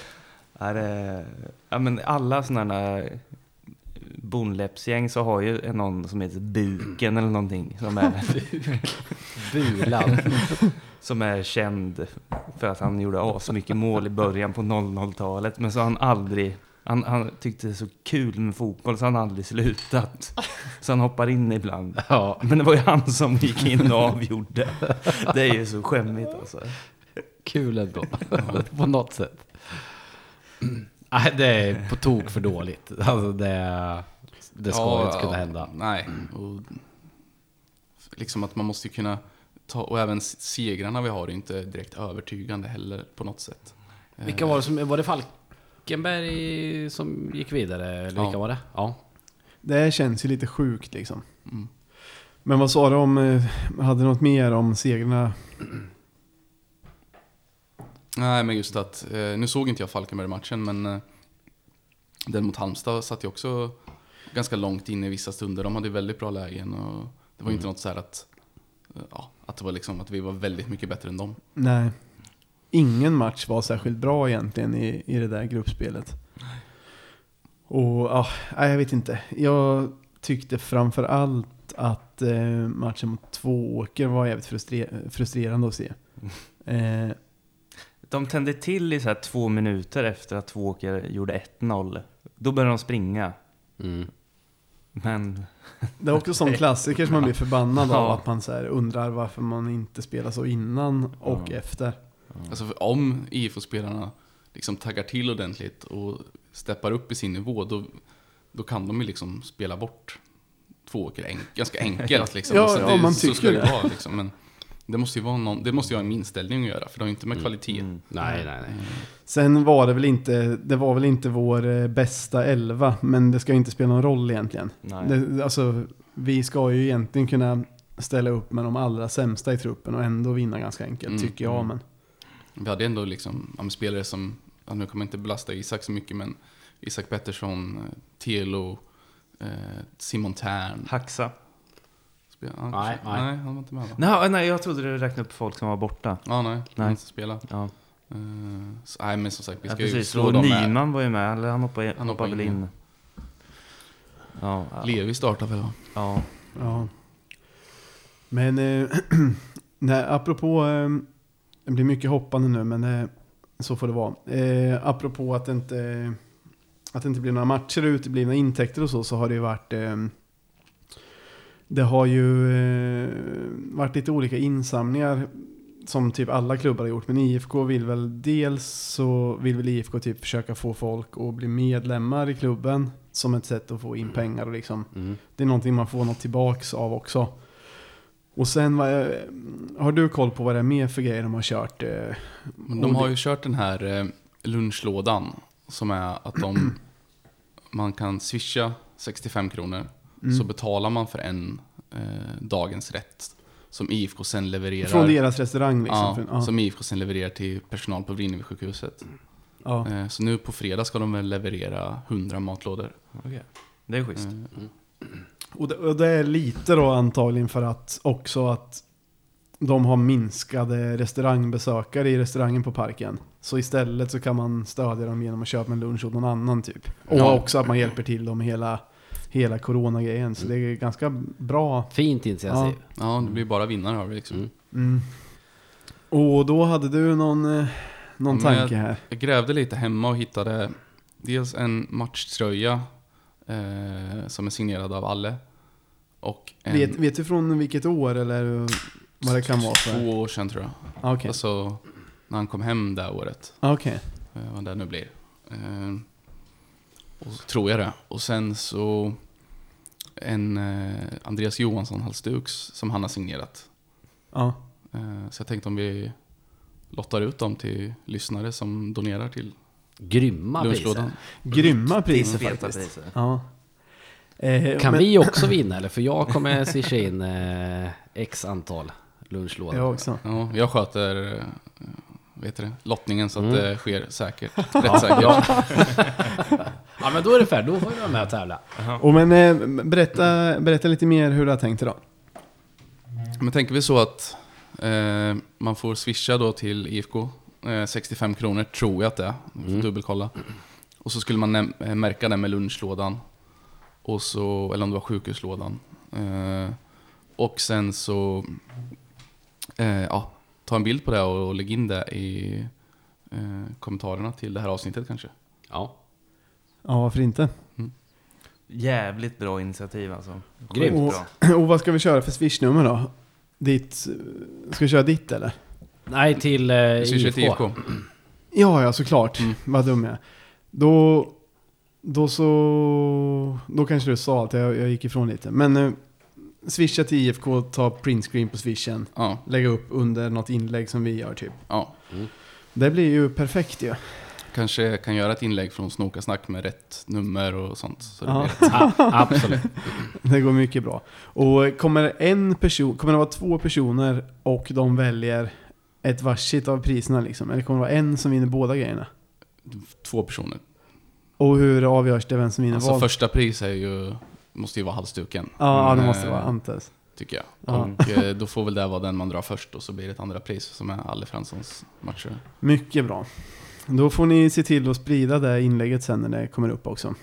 Ja men alla sådana bonläppsgäng så har ju någon som heter Buken eller någonting som är Bulan. som är känd för att han gjorde så mycket mål i början på 00-talet, men så han aldrig han tyckte det var så kul med fotboll så han aldrig slutat. Så han hoppar in ibland. Ja. Men det var ju han som gick in och avgjorde. Det är ju så skämmigt alltså. Kul ändå. På något sätt. Nej, det är på tok för dåligt. Alltså det ska inte kunna hända. Nej. Och liksom att man måste ju kunna ta, och även segrarna vi har är inte direkt övertygande heller på något sätt. Vilka var det var det Falkenberg som gick vidare eller vilka var det? Ja. Det känns ju lite sjukt liksom. Mm. Men vad sa du om hade du något mer om segrarna? Nej, men just att nu såg inte jag Falkenberg-matchen, men den mot Halmstad satt ju också ganska långt in i vissa stunder. De hade väldigt bra lägen och det var inte något så här att det var liksom att vi var väldigt mycket bättre än dem. Nej. Ingen match var särskilt bra egentligen i det där gruppspelet. Och jag vet inte. Jag tyckte framför allt att matchen mot Tvååker var jävligt frustrerande att se. De tände till i så här 2 minuter efter att Tvååker gjorde 1-0. Då började de springa. Mm. Men... Det är också sån klassiker som man blir förbannad av, Ja. att man så här undrar varför man inte spelar så innan och efter. Alltså om IFO-spelarna liksom taggar till ordentligt och steppar upp i sin nivå, då kan de ju liksom spela bort Tvååker ganska enkelt liksom. Ja, alltså, man så tycker ska det det. vara liksom. Men det måste ju vara en inställning att göra, för det har inte med kvalitet. Nej. Sen var det var väl inte vår bästa 11, men det ska ju inte spela någon roll egentligen. Alltså, vi ska ju egentligen kunna ställa upp med de allra sämsta i truppen och ändå vinna ganska enkelt, tycker jag. Men Vi hade ändå liksom spelare som, nu kommer jag inte belasta Isak så mycket, men Isak Pettersson, Telo, Simon Tern. Haxa. Nej, han var inte med va? Nej, jag trodde du räknade upp folk som var borta. Ja, nej. Han inte spela. Ja. Nej, men som sagt, vi ska ju precis. slå Och dem med. Nyman var ju med, eller han hoppade väl in. Ja. Levi startar väl va? Ja. ja. Men nej, apropå det blir mycket hoppande nu, men så får det vara. Apropå att det inte blir några matcher uteblivna intäkter och så har det ju varit det har ju varit lite olika insamlingar som typ alla klubbar har gjort, men IFK vill väl IFK typ försöka få folk att bli medlemmar i klubben som ett sätt att få in pengar och liksom det är någonting man får något tillbaks av också. Och sen har du koll på vad det är mer för grejer de har kört? De har ju kört den här lunchlådan som är att man kan swisha 65 kronor så betalar man för en dagens rätt som IFK sen levererar. Från deras restaurang liksom. Ja, som IFK sen levererar till personal på Vrinnevi-sjukhuset. Ja. Så nu på fredag ska de väl leverera 100 matlådor. Okay. Det är schysst. Och det är lite då antagligen för att också att de har minskade restaurangbesökare i restaurangen på parken. Så istället så kan man stödja dem genom att köpa en lunch åt någon annan typ. Och också att man hjälper till dem med hela coronagrejen. Så det är ganska bra. Fint initiativ. Ja, det blir bara vinnare av det liksom. Och då hade du någon tanke här. Jag grävde lite hemma och hittade dels en matchtröja som är signerad av Alle. Och Vet du från vilket år eller vad det kan vara för? 2 år sedan tror jag. Okay. Alltså när han kom hem det året. Okej. Vad det nu blir. Och så tror jag det. Och sen så en Andreas Johansson halsduks som han har signerat. Ja. Så jag tänkte om vi lottar ut dem till lyssnare som donerar till Grymma priser. lunchlådan. Grymma priser Feta faktiskt. priser. Ja. Kan men- vi också vinna eller? För jag kommer swisha in x antal lunchlådor. Jag också. Ja, jag sköter lottningen så att det sker säkert. Rätt säkert. Ja, men då är det färdigt. Då får vi vara med och tävla. Och men berätta lite mer hur du har tänkt idag. Men tänker vi så att man får swisha då till IFK 65 kronor, tror jag att det är. Får dubbelkolla. Och så skulle man märka den med lunchlådan. Och så, eller om det var sjukhuslådan. Och sen så ta en bild på det och lägg in det i kommentarerna till det här avsnittet kanske. Ja. Ja, varför inte? Jävligt bra initiativ alltså. Grymt. Sjukt bra. Och vad ska vi köra för swishnummer då? Ska vi köra ditt eller? Nej, till Swisha till IFK. IFK. Ja, såklart. Vad dum jag är. Då kanske du sa att jag gick ifrån lite. Men swisha till IFK, ta printscreen på swishen. Ja, Lägga upp under något inlägg som vi gör typ. ja. Det blir ju perfekt ju. Kanske kan göra ett inlägg från Snoka-snack med rätt nummer och sånt. Så det Ja. blir rätt. Ja, absolut. Det går mycket bra. Och kommer det vara 2 personer och de väljer ett varsitt av priserna liksom? Eller kommer det vara en som vinner båda grejerna? 2 personer. Och hur avgörs det vem som vinner Alltså vad? första pris måste ju vara halsduken. Ja, det Men, måste vara Antes. tycker jag. Ja. Och då får väl det vara den man drar först och så blir det ett andra pris som är Alle Franssons matcher. Mycket bra. Då får ni se till att sprida det inlägget sen när det kommer upp också.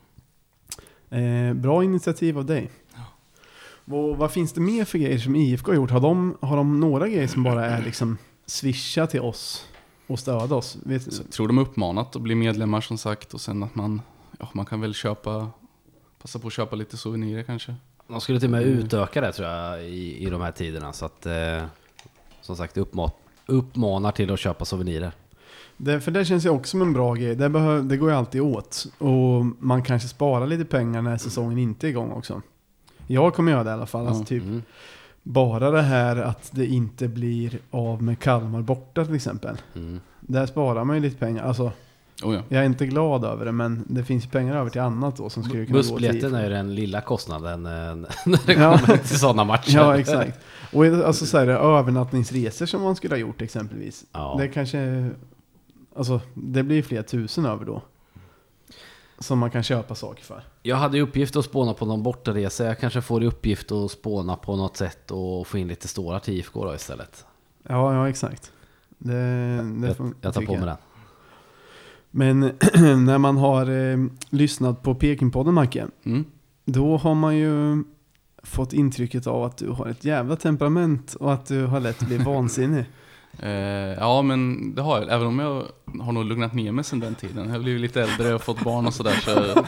Bra initiativ av dig. Vad finns det mer för grejer som IFK har gjort? Har de några grejer som bara är liksom swisha till oss och stöda oss? Så jag tror de är uppmanat att bli medlemmar som sagt och sen att man kan väl passa på att köpa lite souvenirer kanske. De skulle till och med utöka det tror jag i de här tiderna. Så att som sagt uppmanar till att köpa souvenirer. För det känns ju också som en bra grej. Det går ju alltid åt. Och man kanske sparar lite pengar när säsongen inte är igång också. Jag kommer göra det i alla fall. Alltså typ bara det här att det inte blir av med Kalmar borta till exempel. Där sparar man ju lite pengar. Alltså, Oh ja. jag är inte glad över det, men det finns ju pengar över till annat då som skulle kunna gå till. Bussbiljetten är ju den lilla kostnaden när det kommer till sådana matcher. Ja, exakt. Och alltså så här, övernattningsresor som man skulle ha gjort exempelvis. Ja. Det kanske, alltså det blir fler tusen över då. Som man kan köpa saker för. Jag hade ju uppgift att spåna på någon bortaresa. Jag kanske får i uppgift att spåna på något sätt och få in lite stålar till IFK då istället. Ja, exakt. Jag tar på mig den. Men när man har lyssnat på Pekingpodden, Macke, då har man ju fått intrycket av att du har ett jävla temperament och att du har lätt att bli vansinnig. Ja, men det har jag. Även om jag har nog lugnat ner mig sedan den tiden. Jag har blivit lite äldre och fått barn och sådär.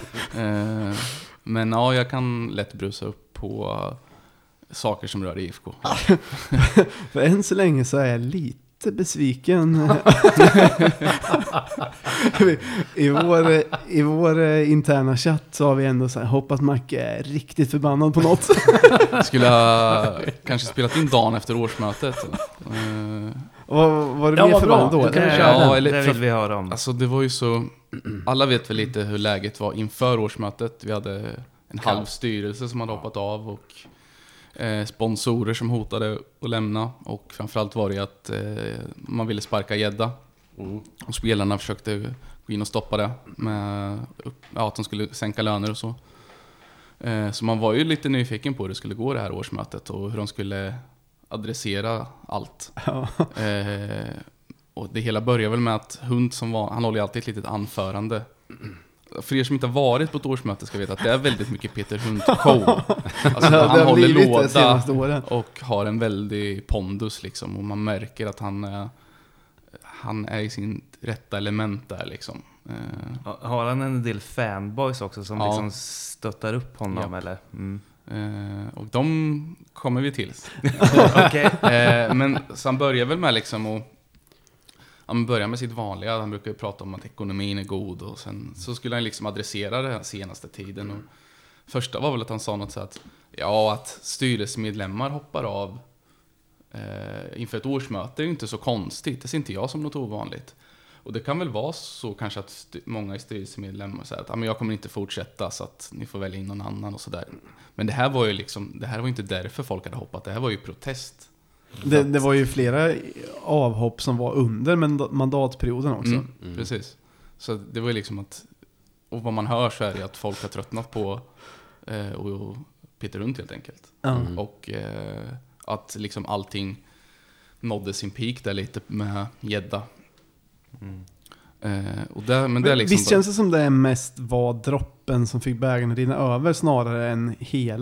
Men ja, jag kan lätt brusa upp på saker som rör IFK. För än så länge så är jag lite besviken. I vår interna chatt så har vi ändå så här, hoppas Macke är riktigt förbannad på något. Skulle jag kanske spelat in dagen efter årsmötet. Var du Ja, mer vad förbannad bra. då? Då kan eller? vi köra den. eller, Det vill vi höra om. Alltså det var ju så, alla vet väl lite hur läget var inför årsmötet. Vi hade en halv styrelse som hade hoppat av och sponsorer som hotade att lämna. Och framförallt var det att man ville sparka Gedda. Och spelarna försökte gå in och stoppa det med att de skulle sänka löner och så. Så man var ju lite nyfiken på hur det skulle gå det här årsmötet och hur de skulle adressera allt. Ja. Och det hela börjar väl med att Hund han håller ju alltid ett litet anförande. För er som inte har varit på ett årsmöte ska veta att det är väldigt mycket Peter Hund-show. Alltså, Det han har håller blivit det låda senaste åren. och har en väldig pondus liksom. Och man märker att han är i sin rätta element där liksom. Har han en del fanboys också som Ja. liksom stöttar upp honom Ja. eller? Och de kommer vi till. Okej. Men så han börjar väl med liksom han börjar med sitt vanliga. Han brukar ju prata om att ekonomin är god. Och sen så skulle han liksom adressera det den senaste tiden. Och första var väl att han sa något så att att styrelsemedlemmar hoppar av inför ett årsmöte är ju inte så konstigt. Det ser inte jag som något ovanligt. Och det kan väl vara så kanske att många styrelsemedlemmar säger att jag kommer inte fortsätta så att ni får välja in någon annan och sådär. Men det här var ju liksom, det här var inte därför folk hade hoppat. Det här var ju protest. Det var ju flera avhopp som var under mandatperioden också. Precis. Så det var ju liksom att, och vad man hör så är det att folk har tröttnat på och Peter Hunt helt enkelt. Och att liksom allting nådde sin peak där lite med Gädda. Och men det är liksom visst känns det som det mest var droppen som fick bägaren att rinna över snarare än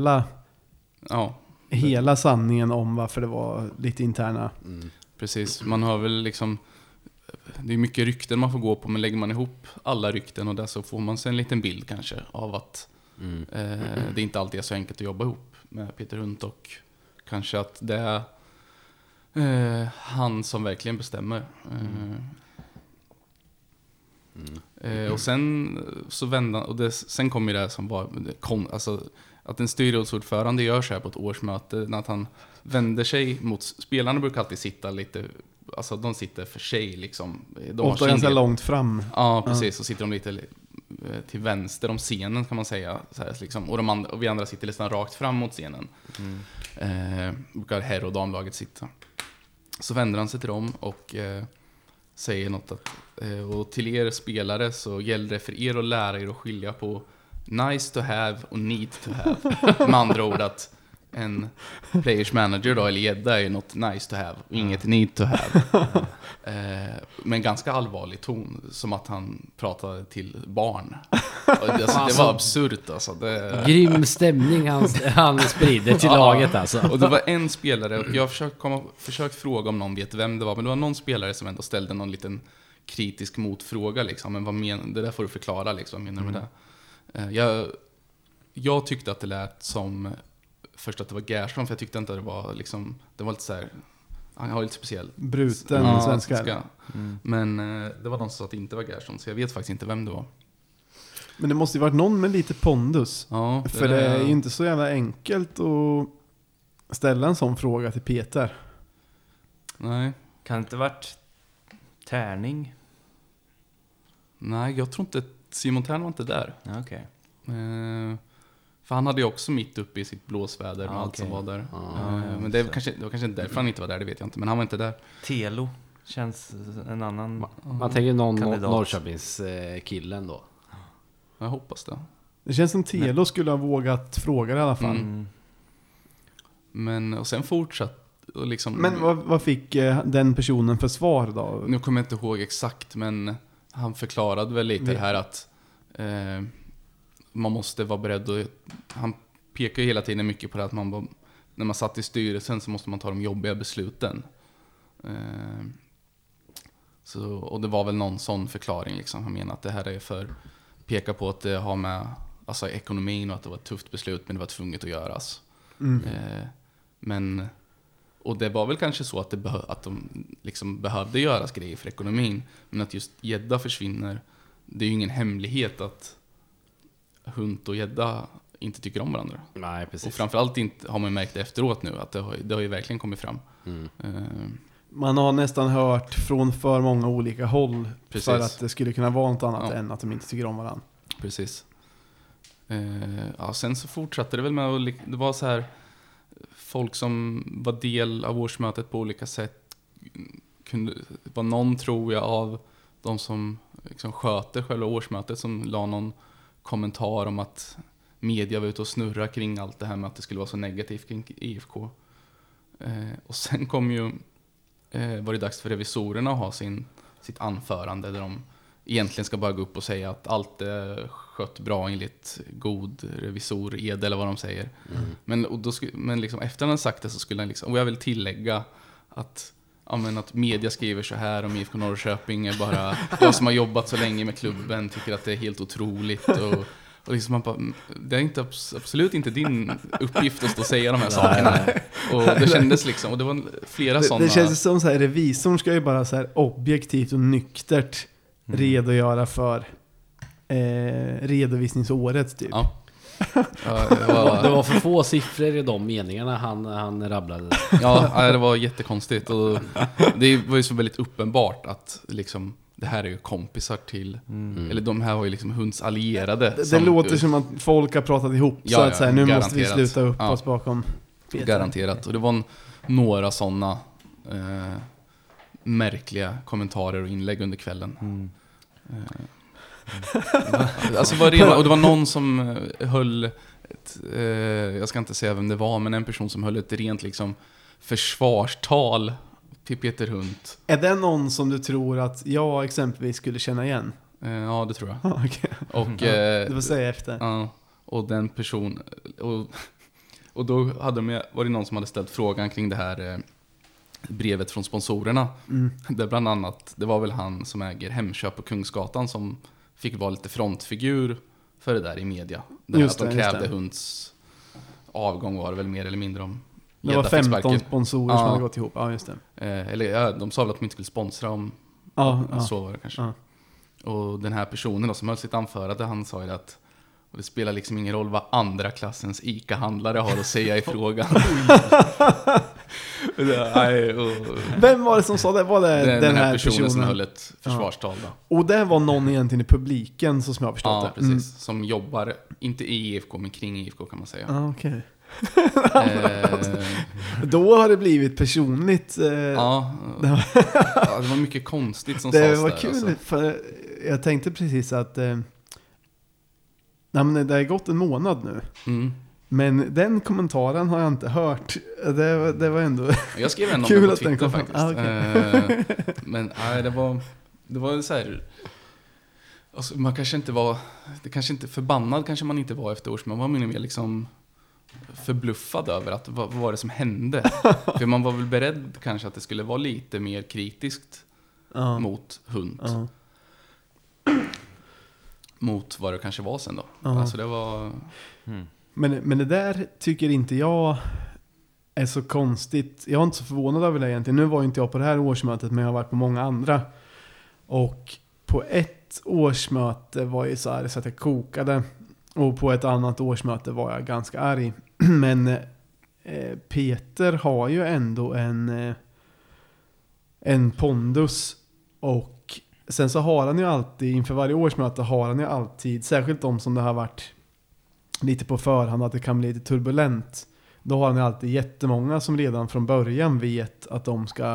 hela sanningen om varför det var lite interna. Precis, man har väl liksom, det är mycket rykten man får gå på, men lägger man ihop alla rykten och där så får man sig en liten bild kanske av att det inte alltid är så enkelt att jobba ihop med Peter Hunt, och kanske att det är han som verkligen bestämmer. Och sen så vände och sen kom ju det som var alltså att en styrelseordförande gör så här på ett årsmöte, när att han vänder sig mot spelarna. Brukar alltid sitta lite, alltså de sitter för sig liksom, ofta ganska långt fram. Ja, precis, så sitter de lite till vänster om scenen kan man säga så här, liksom. Och vi andra sitter nästan rakt fram mot scenen. Brukar herr- och damlaget sitta. Så vänder han sig till dem och säger något att och till er spelare så gäller det för er att lära er att skilja på nice to have och need to have. Med andra ord att en players manager då, eller Gädda, är något nice to have och inget need to have. Med en ganska allvarlig ton, som att han pratade till barn. Alltså, det var absurt alltså. Grym stämning han sprider till laget alltså. Och det var en spelare, och jag har försökt fråga om någon vet vem det var, men det var någon spelare som ändå ställde någon liten kritisk motfråga liksom. Men vad menar, det där får du förklara liksom, vad menar du med det? Jag tyckte att det lät som först att det var Gerson, för jag tyckte inte att det var liksom, det var lite så här, han har lite speciell bruten svenska. Men det var någon som sa att det inte var Gerson, så jag vet faktiskt inte vem det var. Men det måste ju varit någon med lite pondus. Ja, för det är ju inte så jävla enkelt att ställa en sån fråga till Peter. Nej. Kan det inte varit Tärning? Nej, jag tror inte Simon Tern var inte där. Okej. För han hade ju också mitt uppe i sitt blåsväder med allt som var där. Men det var kanske inte därför han inte var där, det vet jag inte. Men han var inte där. Telo känns en annan. Man tänker någon kandidat. Norrköpings killen då. Jag hoppas det. Det känns som Telo skulle ha vågat fråga det i alla fall. Men, och sen fortsatt. Och liksom, men vad fick den personen för svar då? Nu kommer jag inte ihåg exakt, men han förklarade väl lite det här att man måste vara beredd. Och han pekar ju hela tiden mycket på det att när man satt i styrelsen så måste man ta de jobbiga besluten. Och det var väl någon sån förklaring liksom. Han menar att det här är för peka på att det har med alltså ekonomin och att det var ett tufft beslut, men det var tvunget att göras. Och det var väl kanske så att, att de liksom behövde göras grejer för ekonomin, men att just Gädda försvinner, det är ju ingen hemlighet att Hunt och Gädda inte tycker om varandra. Nej, precis. Och framförallt har man märkt efteråt nu att det har ju verkligen kommit fram. Man har nästan hört från för många olika håll. Precis. För att det skulle kunna vara något annat än att de inte tycker om varandra. Precis. Sen så fortsatte det väl med att det var så här, folk som var del av årsmötet på olika sätt. Det var någon, tror jag, av de som liksom sköter själva årsmötet som la någon kommentar om att media var ute och snurra kring allt det här med att det skulle vara så negativt kring IFK. Och sen var det dags för revisorerna att ha sitt anförande där de egentligen ska bara gå upp och säga att allt är skött bra enligt god revisor, ed eller vad de säger. Men liksom, efter han sagt det så skulle han liksom, och jag vill tillägga att media skriver så här om IFK Norrköping är bara, jag som har jobbat så länge med klubben tycker att det är helt otroligt, Och liksom man bara, det är inte absolut inte din uppgift att stå och säga de här sakerna. Och det kändes liksom, och det var flera sådana. Det känns som så här, revisorn ska ju bara så här objektivt och nyktert redogöra för redovisningsåret typ. Ja. Det var för få siffror i de meningarna han rabblade. Ja, det var jättekonstigt. Och det var ju så väldigt uppenbart att liksom, det här är ju kompisar till, eller de här var ju liksom Hunds allierade. Det låter som att folk har pratat ihop så att så här, nu måste vi sluta upp oss bakom Peter. Garanterat. Och det var några sådana märkliga kommentarer och inlägg under kvällen. Alltså och det var någon som höll jag ska inte säga vem det var, men en person som höll ett rent liksom försvarstal till Peter Hund. Är det någon som du tror att jag exempelvis skulle känna igen? Ja, det tror jag. Okay. Och det vill säga efter. Ja, och den person och då var det någon som hade ställt frågan kring det här brevet från sponsorerna. Där bland annat, det var väl han som äger Hemköp på Kungsgatan som fick vara lite frontfigur för det där i media. Att de krävde Hunds avgång var det väl mer eller mindre om. Det var 15 sponsorer som hade gått ihop. Ja, just det. Eller de sa väl att de inte skulle sponsra om så var det kanske. Ja. Och den här personen då, som höll sitt anförande, han sa ju att och det spelar liksom ingen roll vad andra klassens ICA-handlare har att säga i frågan. Vem var det som sa det? Var det den här personen som höll ett försvarstal då? Och det var någon egentligen i publiken som jag har förstått det. Ja, precis. Som jobbar, inte i IFK, men kring IFK kan man säga. Ja, okej. Då har det blivit personligt. Det var mycket konstigt som det sades var där. Kul, alltså. För jag tänkte precis att nej, men det har gått en månad nu. Men den kommentaren har jag inte hört. Det var ändå jag skrev en om kul på att Twitter den kom faktiskt. Men nej, det var så här. Alltså, man kanske inte var, det kanske inte förbannad kanske man inte var efter års, men man var mer liksom förbluffad över att vad var det som hände. För man var väl beredd kanske att det skulle vara lite mer kritiskt mot Hund. Mot vad det kanske var sen då. Alltså det var Men det där tycker inte jag är så konstigt. Jag är inte så förvånad över det egentligen. Nu var inte jag på det här årsmötet, men jag har varit på många andra. Och på ett årsmöte var jag så här så att jag kokade. Och på ett annat årsmöte var jag ganska arg. Men Peter har ju ändå en pondus. Och sen så har han ju alltid, inför varje årsmöte har han ju alltid, särskilt de som det har varit lite på förhand att det kan bli lite turbulent. Då har han ju alltid jättemånga som redan från början vet att de ska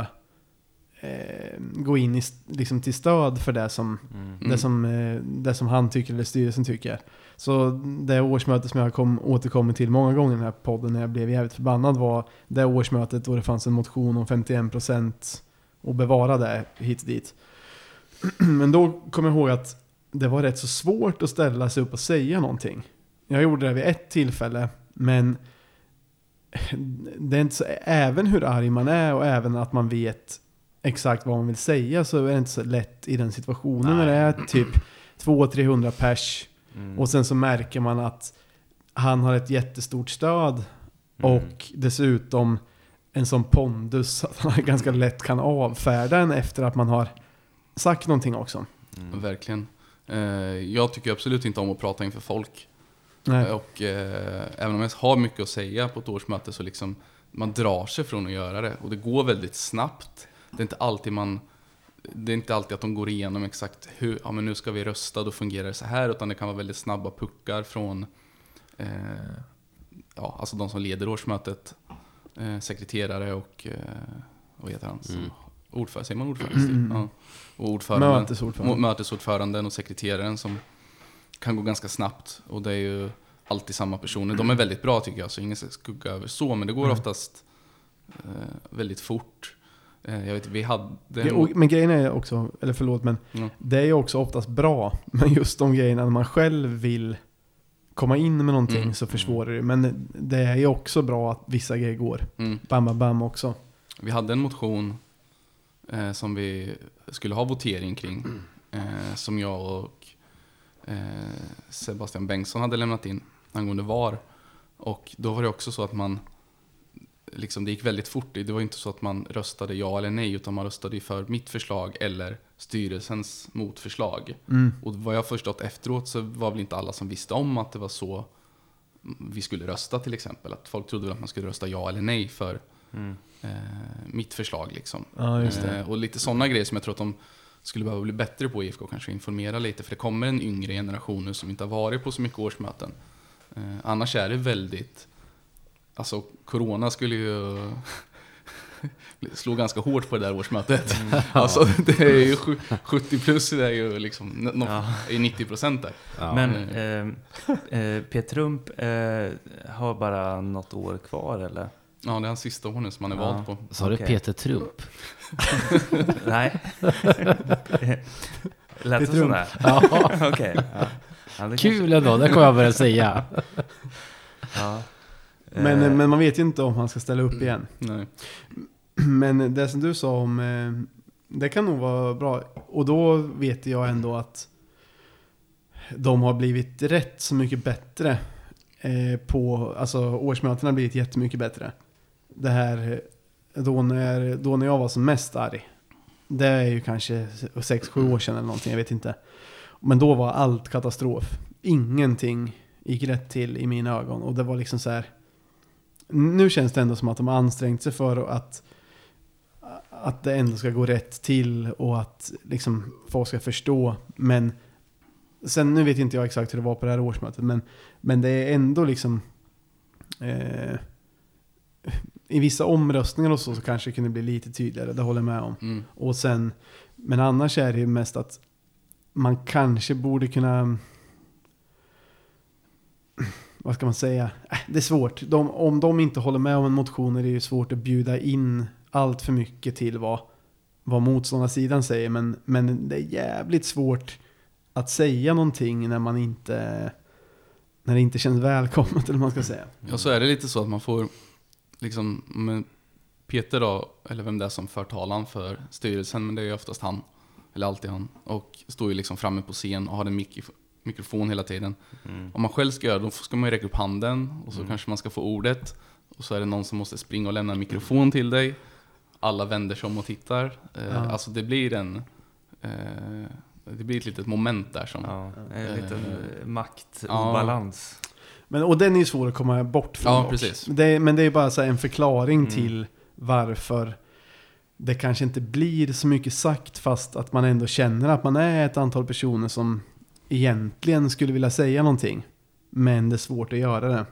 gå in i, liksom till stöd för det som han tycker eller styrelsen tycker. Så det årsmöte som jag återkommit till många gånger i den här podden när jag blev jävligt förbannad var det årsmötet då det fanns en motion om 51% och bevara det hit och dit. Men då kommer jag ihåg att det var rätt så svårt att ställa sig upp och säga någonting. Jag gjorde det vid ett tillfälle, men det är inte så, även hur arg man är och även att man vet exakt vad man vill säga, så är det inte så lätt i den situationen. När det är typ 200-300 pers och sen så märker man att han har ett jättestort stöd och dessutom en sån pondus att han ganska lätt kan avfärda en efter att man har sagt någonting också. Verkligen. Jag tycker absolut inte om att prata inför folk. Nej. Och även om jag har mycket att säga på ett årsmöte så liksom man drar sig från att göra det. Och det går väldigt snabbt. Det är inte alltid att de går igenom exakt hur, men nu ska vi rösta, då fungerar det så här. Utan det kan vara väldigt snabba puckar från alltså de som leder årsmötet. Sekreterare och vad heter han? Ordförande, säger man ordförande? Ja. Och ordföranden, mötesordföranden och sekreteraren som kan gå ganska snabbt. Och det är ju alltid samma personer. De är väldigt bra tycker jag, så ingen ska skugga över så. Men det går oftast väldigt fort. Jag vet, vi hade men grejen är också, eller förlåt, men det är ju också oftast bra. Men just de grejerna när man själv vill komma in med någonting så försvårar det. Men det är ju också bra att vissa grejer går. Bam också. Vi hade en motion som vi skulle ha votering kring. Som jag och Sebastian Bengtsson hade lämnat in angående VAR. Och då var det också så att man liksom, det gick väldigt fort. Det var inte så att man röstade ja eller nej, utan man röstade för mitt förslag eller styrelsens motförslag. Och vad jag förstått efteråt så var väl inte alla som visste om att det var så vi skulle rösta till exempel. Att folk trodde att man skulle rösta ja eller nej för mitt förslag liksom. Ja, just det. Och lite sådana grejer som jag tror att de skulle behöva bli bättre på IFK, kanske informera lite, för det kommer en yngre generation nu som inte har varit på så mycket årsmöten. Annars är det väldigt, alltså corona skulle ju slå ganska hårt på det där årsmötet. Alltså det är ju 70 plus, det är ju liksom är 90% där. Ja. Men Peter Trump har bara något år kvar, eller? Ja, det är hans sista år nu som han är vald på. Så har det Peter Trump. Nej. Lät det Trump. sådär? Ja. Okej. Ja, det Kul ändå, det kommer jag börja säga. Ja. Men man vet ju inte om han ska ställa upp igen. Nej. Men det som du sa om, det kan nog vara bra. Och då vet jag ändå att de har blivit rätt så mycket bättre på, alltså årsmötena har blivit jättemycket bättre. Det här, då när jag var som mest arg, det är ju kanske 6-7 år sedan eller någonting, jag vet inte. Men då var allt katastrof. Ingenting gick rätt till i mina ögon. Och det var liksom så här. Nu känns det ändå som att de har ansträngt sig för att det ändå ska gå rätt till och att liksom folk ska förstå. Men sen, nu vet inte jag exakt hur det var på det här årsmötet, men det är ändå liksom i vissa omröstningar och så kanske det kunde bli lite tydligare, det håller jag med om. Och sen, men annars är det ju mest att man kanske borde kunna, vad ska man säga, det är svårt. Om de inte håller med om en motion är det ju svårt att bjuda in allt för mycket till vad motståndarsidan säger, men det är jävligt svårt att säga någonting när det inte känns välkommet, eller man ska säga. Ja, så är det lite så att man får liksom, med Peter då, eller vem det är som för talan för styrelsen, men det är ju oftast han, eller alltid han, och står ju liksom framme på scen och har en mikrofon hela tiden. Om man själv ska göra, då ska man ju räcka upp handen och så kanske man ska få ordet, och så är det någon som måste springa och lämna en mikrofon till dig. Alla vänder sig om och tittar. Alltså det blir det blir ett litet moment där som... Ja, en liten maktobalans. Men, och den är ju svår att komma bort från. Ja, precis. Men det är ju bara så här en förklaring till varför det kanske inte blir så mycket sagt, fast att man ändå känner att man är ett antal personer som egentligen skulle vilja säga någonting, men det är svårt att göra det.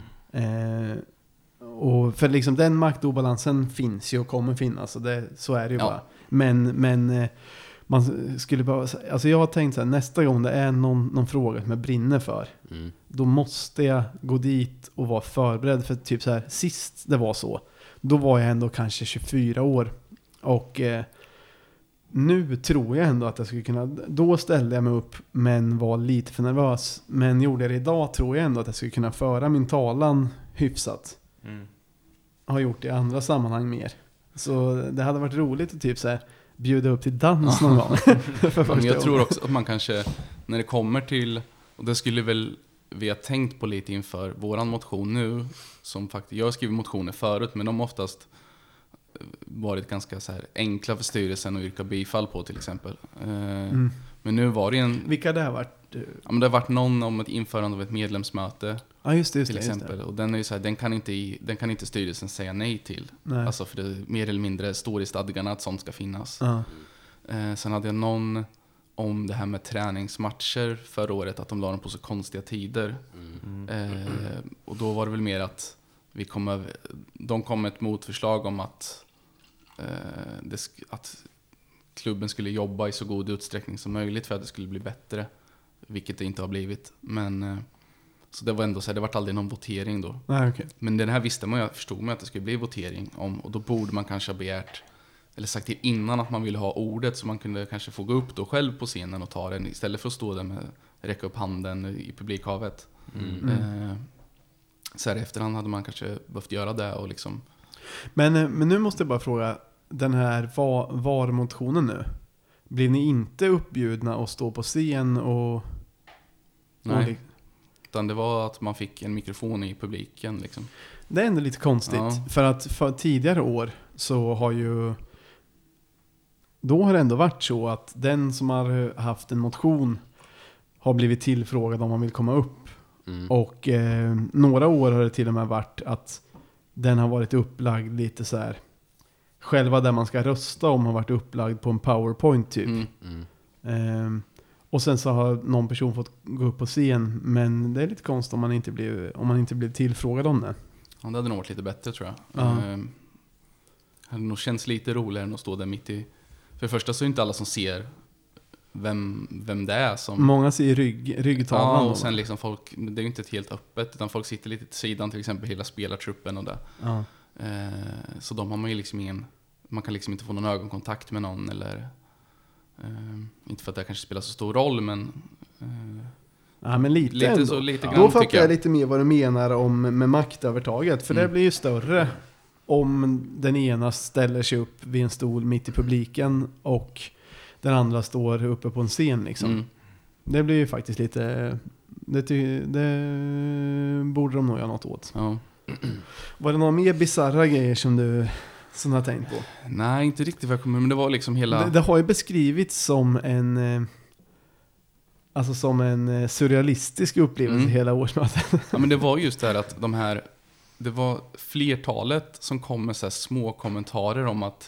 Och för liksom den maktobalansen finns ju och kommer finnas, och så är det ju bara. Men man skulle bara, alltså jag har tänkt så här, nästa gång det är någon fråga som jag brinner för, då måste jag gå dit och vara förberedd. För typ så här, sist det var så, då var jag ändå kanske 24 år, och nu tror jag ändå att jag skulle kunna, då ställde jag mig upp men var lite för nervös, men gjorde det idag, tror jag ändå att jag skulle kunna föra min talan hyfsat. Har gjort det i andra sammanhang mer. Så det hade varit roligt att typ så här bjuda upp till dans någon gång. Men jag tror också att man kanske, när det kommer till, och det skulle väl vi har tänkt på lite inför våran motion nu, som faktiskt, jag har skrivit motioner förut, men de har oftast varit ganska så här enkla för styrelsen att yrka bifall på, till exempel. Men nu var det Vilka det har varit? Ja, men det har varit någon om ett införande av ett medlemsmöte. Ja, just det, till exempel. Och den är ju så här, den kan inte styrelsen säga nej till. Nej. Alltså för det mer eller mindre står i stadgarna att sånt ska finnas. Ja. Sen hade jag någon om det här med träningsmatcher förra året, att de la dem på så konstiga tider. Och då var det väl mer att de kom med ett motförslag om att klubben skulle jobba i så god utsträckning som möjligt för att det skulle bli bättre, vilket det inte har blivit. Men så det var ändå så här, det var aldrig någon votering då. Nej, okay. Men den här förstod man att det skulle bli votering om, och då borde man kanske ha begärt eller sagt till innan att man ville ha ordet, så man kunde kanske få gå upp då själv på scenen och ta den istället för att stå där med räcka upp handen i publikhavet. Så här i efterhand hade man kanske behövt göra det och liksom. Men nu måste jag bara fråga, den här VAR-motionen nu, blir ni inte uppbjudna att stå på scen och Nej. Utan det var att man fick en mikrofon i publiken liksom. Det är ändå lite konstigt. Ja. För att för tidigare år så har ju... Då har det ändå varit så att den som har haft en motion har blivit tillfrågad om man vill komma upp. Och några år har det till och med varit att den har varit upplagd lite så här. Själva där man ska rösta om har varit upplagd på en PowerPoint typ. Och sen så har någon person fått gå upp på scen. Men det är lite konstigt om man inte blir tillfrågad om det. Ja, det hade nog varit lite bättre tror jag. Ja. Hade nog känts lite roligare än att stå där mitt i. För det första så är det inte alla som ser vem det är som... Många ser ryggtavlan. Ja, och sen liksom folk, det är ju inte helt öppet, utan folk sitter lite till sidan, till exempel hela spelartruppen och det. Ja. Så de har man ju liksom man kan liksom inte få någon ögonkontakt med någon eller... inte för att det kanske spelar så stor roll, men... Ja, men lite ändå. Så lite grann, då fattar tycker jag lite mer vad du menar med maktövertaget. För det blir ju större om den ena ställer sig upp vid en stol mitt i publiken och den andra står uppe på en scen liksom. Det blir ju faktiskt lite... Det borde de nog göra något åt. Ja. Var det några mer bizarra grejer som du har tänkt på? Nej, inte riktigt vad jag kommer, men det var liksom hela... Det har ju beskrivits som en... Alltså som en surrealistisk upplevelse hela årsmötet. Ja, men det var just det här att det var flertalet som kom med så här små kommentarer om att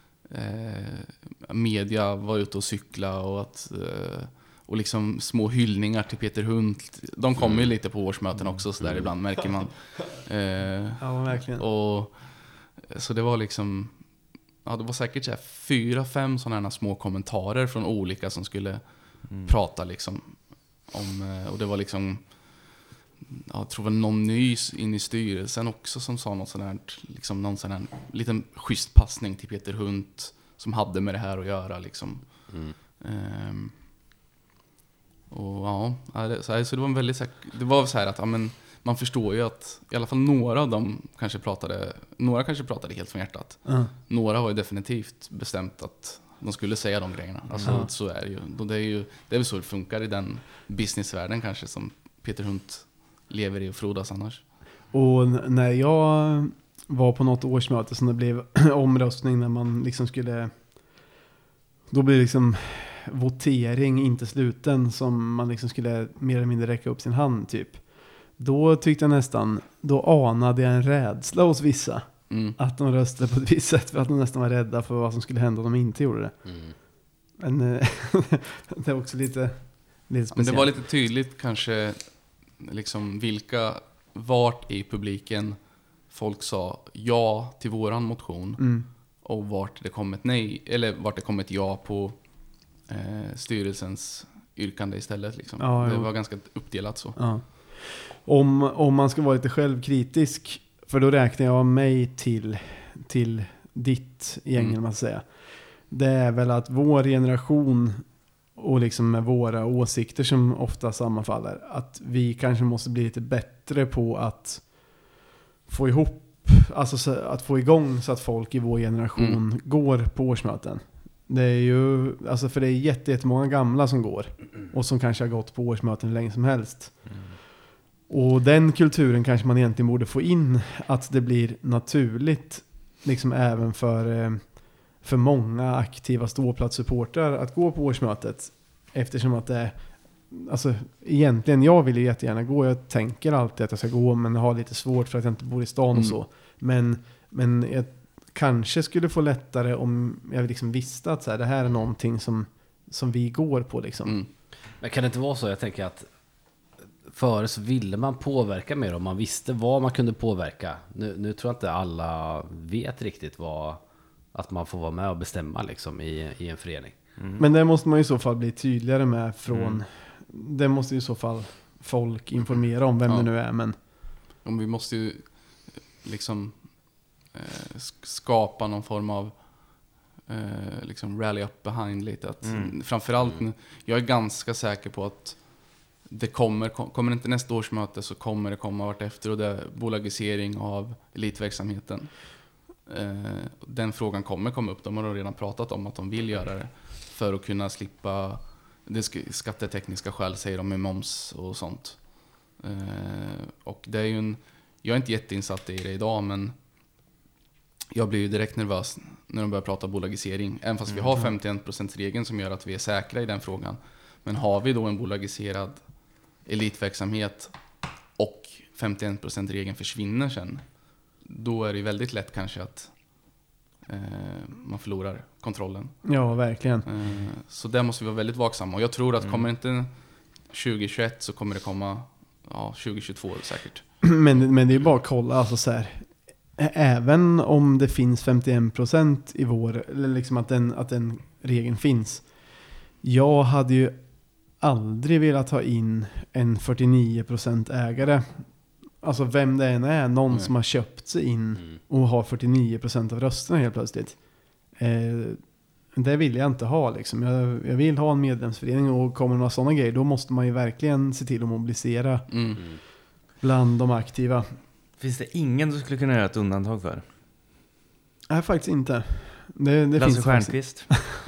media var ute och cykla och att och liksom små hyllningar till Peter Hunt. De kommer ju lite på årsmöten också så där ibland, märker man. Ja, verkligen. Och så det var liksom, ja, det var säkert så här 4-5 sådana här små kommentarer från olika som skulle prata liksom om, och det var liksom, jag tror väl någon ny in i styrelsen också som sa något sånt här, liksom någon sån här liten schysst passning till Peter Hunt som hade med det här att göra liksom. Och ja, så det var en väldigt det var så här att ja, men man förstår ju att i alla fall några av dem kanske pratade helt från hjärtat. Några har ju definitivt bestämt att de skulle säga de grejerna. Alltså så är det ju. Det är väl så det funkar i den businessvärlden kanske som Peter Hunt lever i och frodas annars. Och när jag var på något årsmöte som det blev omröstning när man liksom skulle... Då blev det liksom votering, inte sluten, som man liksom skulle mer eller mindre räcka upp sin hand typ. Då tyckte jag nästan, då anade jag en rädsla hos vissa. Att de röstade på ett visst sätt för att de nästan var rädda för vad som skulle hända om de inte gjorde det. Men det är också lite speciellt. Men det var lite tydligt kanske liksom vart i publiken folk sa ja till våran motion och vart det kom ett nej, eller vart det kom ett ja på styrelsens yrkande istället liksom. Ja, det var ganska uppdelat så. Ja. Om man ska vara lite självkritisk, för då räknar jag mig till ditt gäng, man ska säga. Det är väl att vår generation och liksom med våra åsikter som ofta sammanfaller, att vi kanske måste bli lite bättre på att få ihop, alltså att få igång så att folk i vår generation går på årsmöten. Det är ju, alltså för det är jättemånga gamla som går och som kanske har gått på årsmöten hur länge som helst. Och den kulturen kanske man egentligen borde få in, att det blir naturligt liksom även för många aktiva ståplatssupportrar att gå på årsmötet, eftersom att det, alltså egentligen, jag vill ju jättegärna gå, jag tänker alltid att jag ska gå, men jag har lite svårt för att jag inte bor i stan och så, men jag kanske skulle få lättare om jag liksom visste att så här, det här är någonting som vi går på liksom. Men kan det inte vara så, jag tänker att förr så ville man påverka mer om man visste vad man kunde påverka. Nu tror jag inte alla vet riktigt att man får vara med och bestämma liksom i en förening. Men det måste man i så fall bli tydligare med från... Det måste i så fall folk informera om vem det nu är, men... Om vi måste ju liksom skapa någon form av liksom rally up behind lite. Att framförallt, jag är ganska säker på att det kommer inte nästa årsmöte, så kommer det komma vart efter, och det är bolagisering av elitverksamheten. Den frågan kommer komma upp. De har redan pratat om att de vill göra det för att kunna slippa Det är skattetekniska skäl säger de med moms och sånt. Och det är ju jag är inte jätteinsatt i det idag, men jag blir ju direkt nervös när de börjar prata bolagisering. Även fast vi har 51%-regeln som gör att vi är säkra i den frågan. Men har vi då en bolagiserad elitverksamhet och 51%-regeln försvinner sen, då är det väldigt lätt kanske att man förlorar kontrollen. Ja, verkligen. Så där måste vi vara väldigt vaksamma. Och jag tror att kommer inte 2021 så kommer det komma 2022 säkert. Men det är ju bara att kolla, alltså så här, även om det finns 51% i vår, eller liksom att den regeln finns. Jag hade ju aldrig velat ha in en 49% ägare. Alltså vem det än är, någon som har köpt sig in och har 49% av rösterna helt plötsligt. Det vill jag inte ha liksom. Jag vill ha en medlemsförening, och kommer några sådana grejer, då måste man ju verkligen se till att mobilisera bland de aktiva. Finns det ingen du skulle kunna göra ett undantag för? Nej, faktiskt inte. Det Lasse finns Stjernkvist?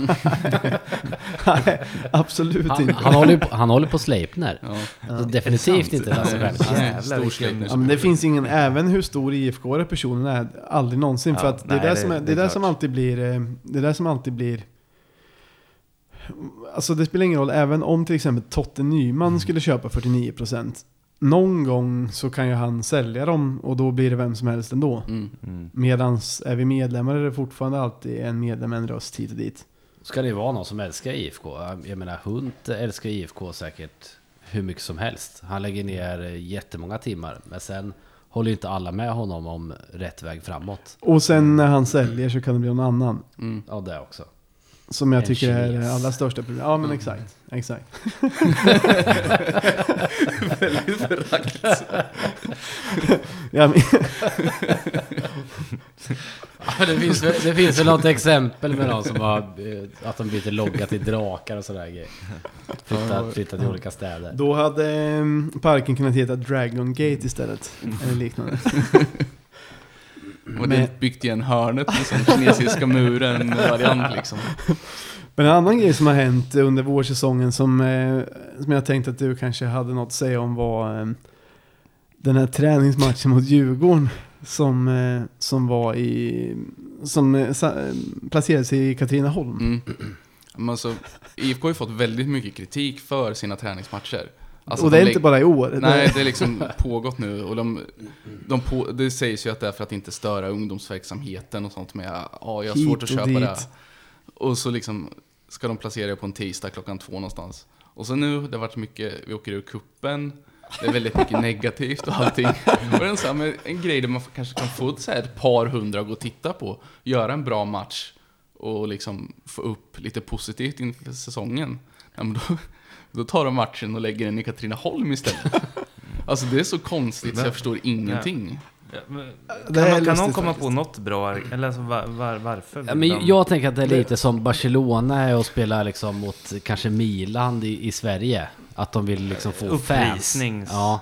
Nej, absolut inte. Han håller på Sleipner. Ja. Så definitivt inte Lasse Stjernkvist. Jävlar, vilken... Ja, men det finns ingen, även hur stor IFK personen är, aldrig någonsin. Ja, för att det nej, är det som är, det är klart. det som alltid blir, det är det som alltid blir. Alltså det spelar ingen roll, även om till exempel Totte Nyman skulle köpa 49%. Någon gång så kan ju han sälja dem, och då blir det vem som helst ändå. Medans är vi medlemmar är det fortfarande alltid en medlem, en röst hit och dit. Ska det vara någon som älskar IFK? Jag menar, Hunt älskar IFK säkert hur mycket som helst. Han lägger ner jättemånga timmar, men sen håller ju inte alla med honom om rätt väg framåt. Och sen när han säljer så kan det bli någon annan. Ja, det också. Som jag En tycker är kines. det allra största problemet. Ja, men exakt. Väldigt förakt. Ja, men, Det finns väl något exempel med någon som har att de byter logga till drakar och sådär grejer. Flyttat till olika städer. då hade parken kunnat heta Dragon Gate istället. Eller liknande. Och det är byggt igen hörnet med sån kinesiska muren-variant liksom. Men en annan grej som har hänt under vårsäsongen som jag tänkte att du kanske hade något att säga om var den här träningsmatchen mot Djurgården som placerades i Katrineholm. Men alltså, IFK har ju fått väldigt mycket kritik för sina träningsmatcher. Alltså, och det är inte bara i år. Nej, det är liksom pågått nu. Och det sägs ju att det är för att inte störa ungdomsverksamheten och sånt. Men jag har svårt att köpa det. Och så liksom ska de placera det på en tisdag 2:00 någonstans. Och så nu, det har varit mycket, vi åker ur kuppen. Det är väldigt mycket negativt och allting. Och det är så här, en grej där man kanske kan få så här ett par hundra att gå och titta på. Göra en bra match och liksom få upp lite positivt inför säsongen. Ja, men då tar de matchen och lägger den i Katrineholm istället. Alltså det är så konstigt så jag förstår ingenting. Ja, men, Det kan någon komma på något bra? Eller alltså, varför? Ja, men jag tänker att det är lite som Barcelona är och spela liksom mot kanske Milan i Sverige. Att de vill liksom få fans. Ja.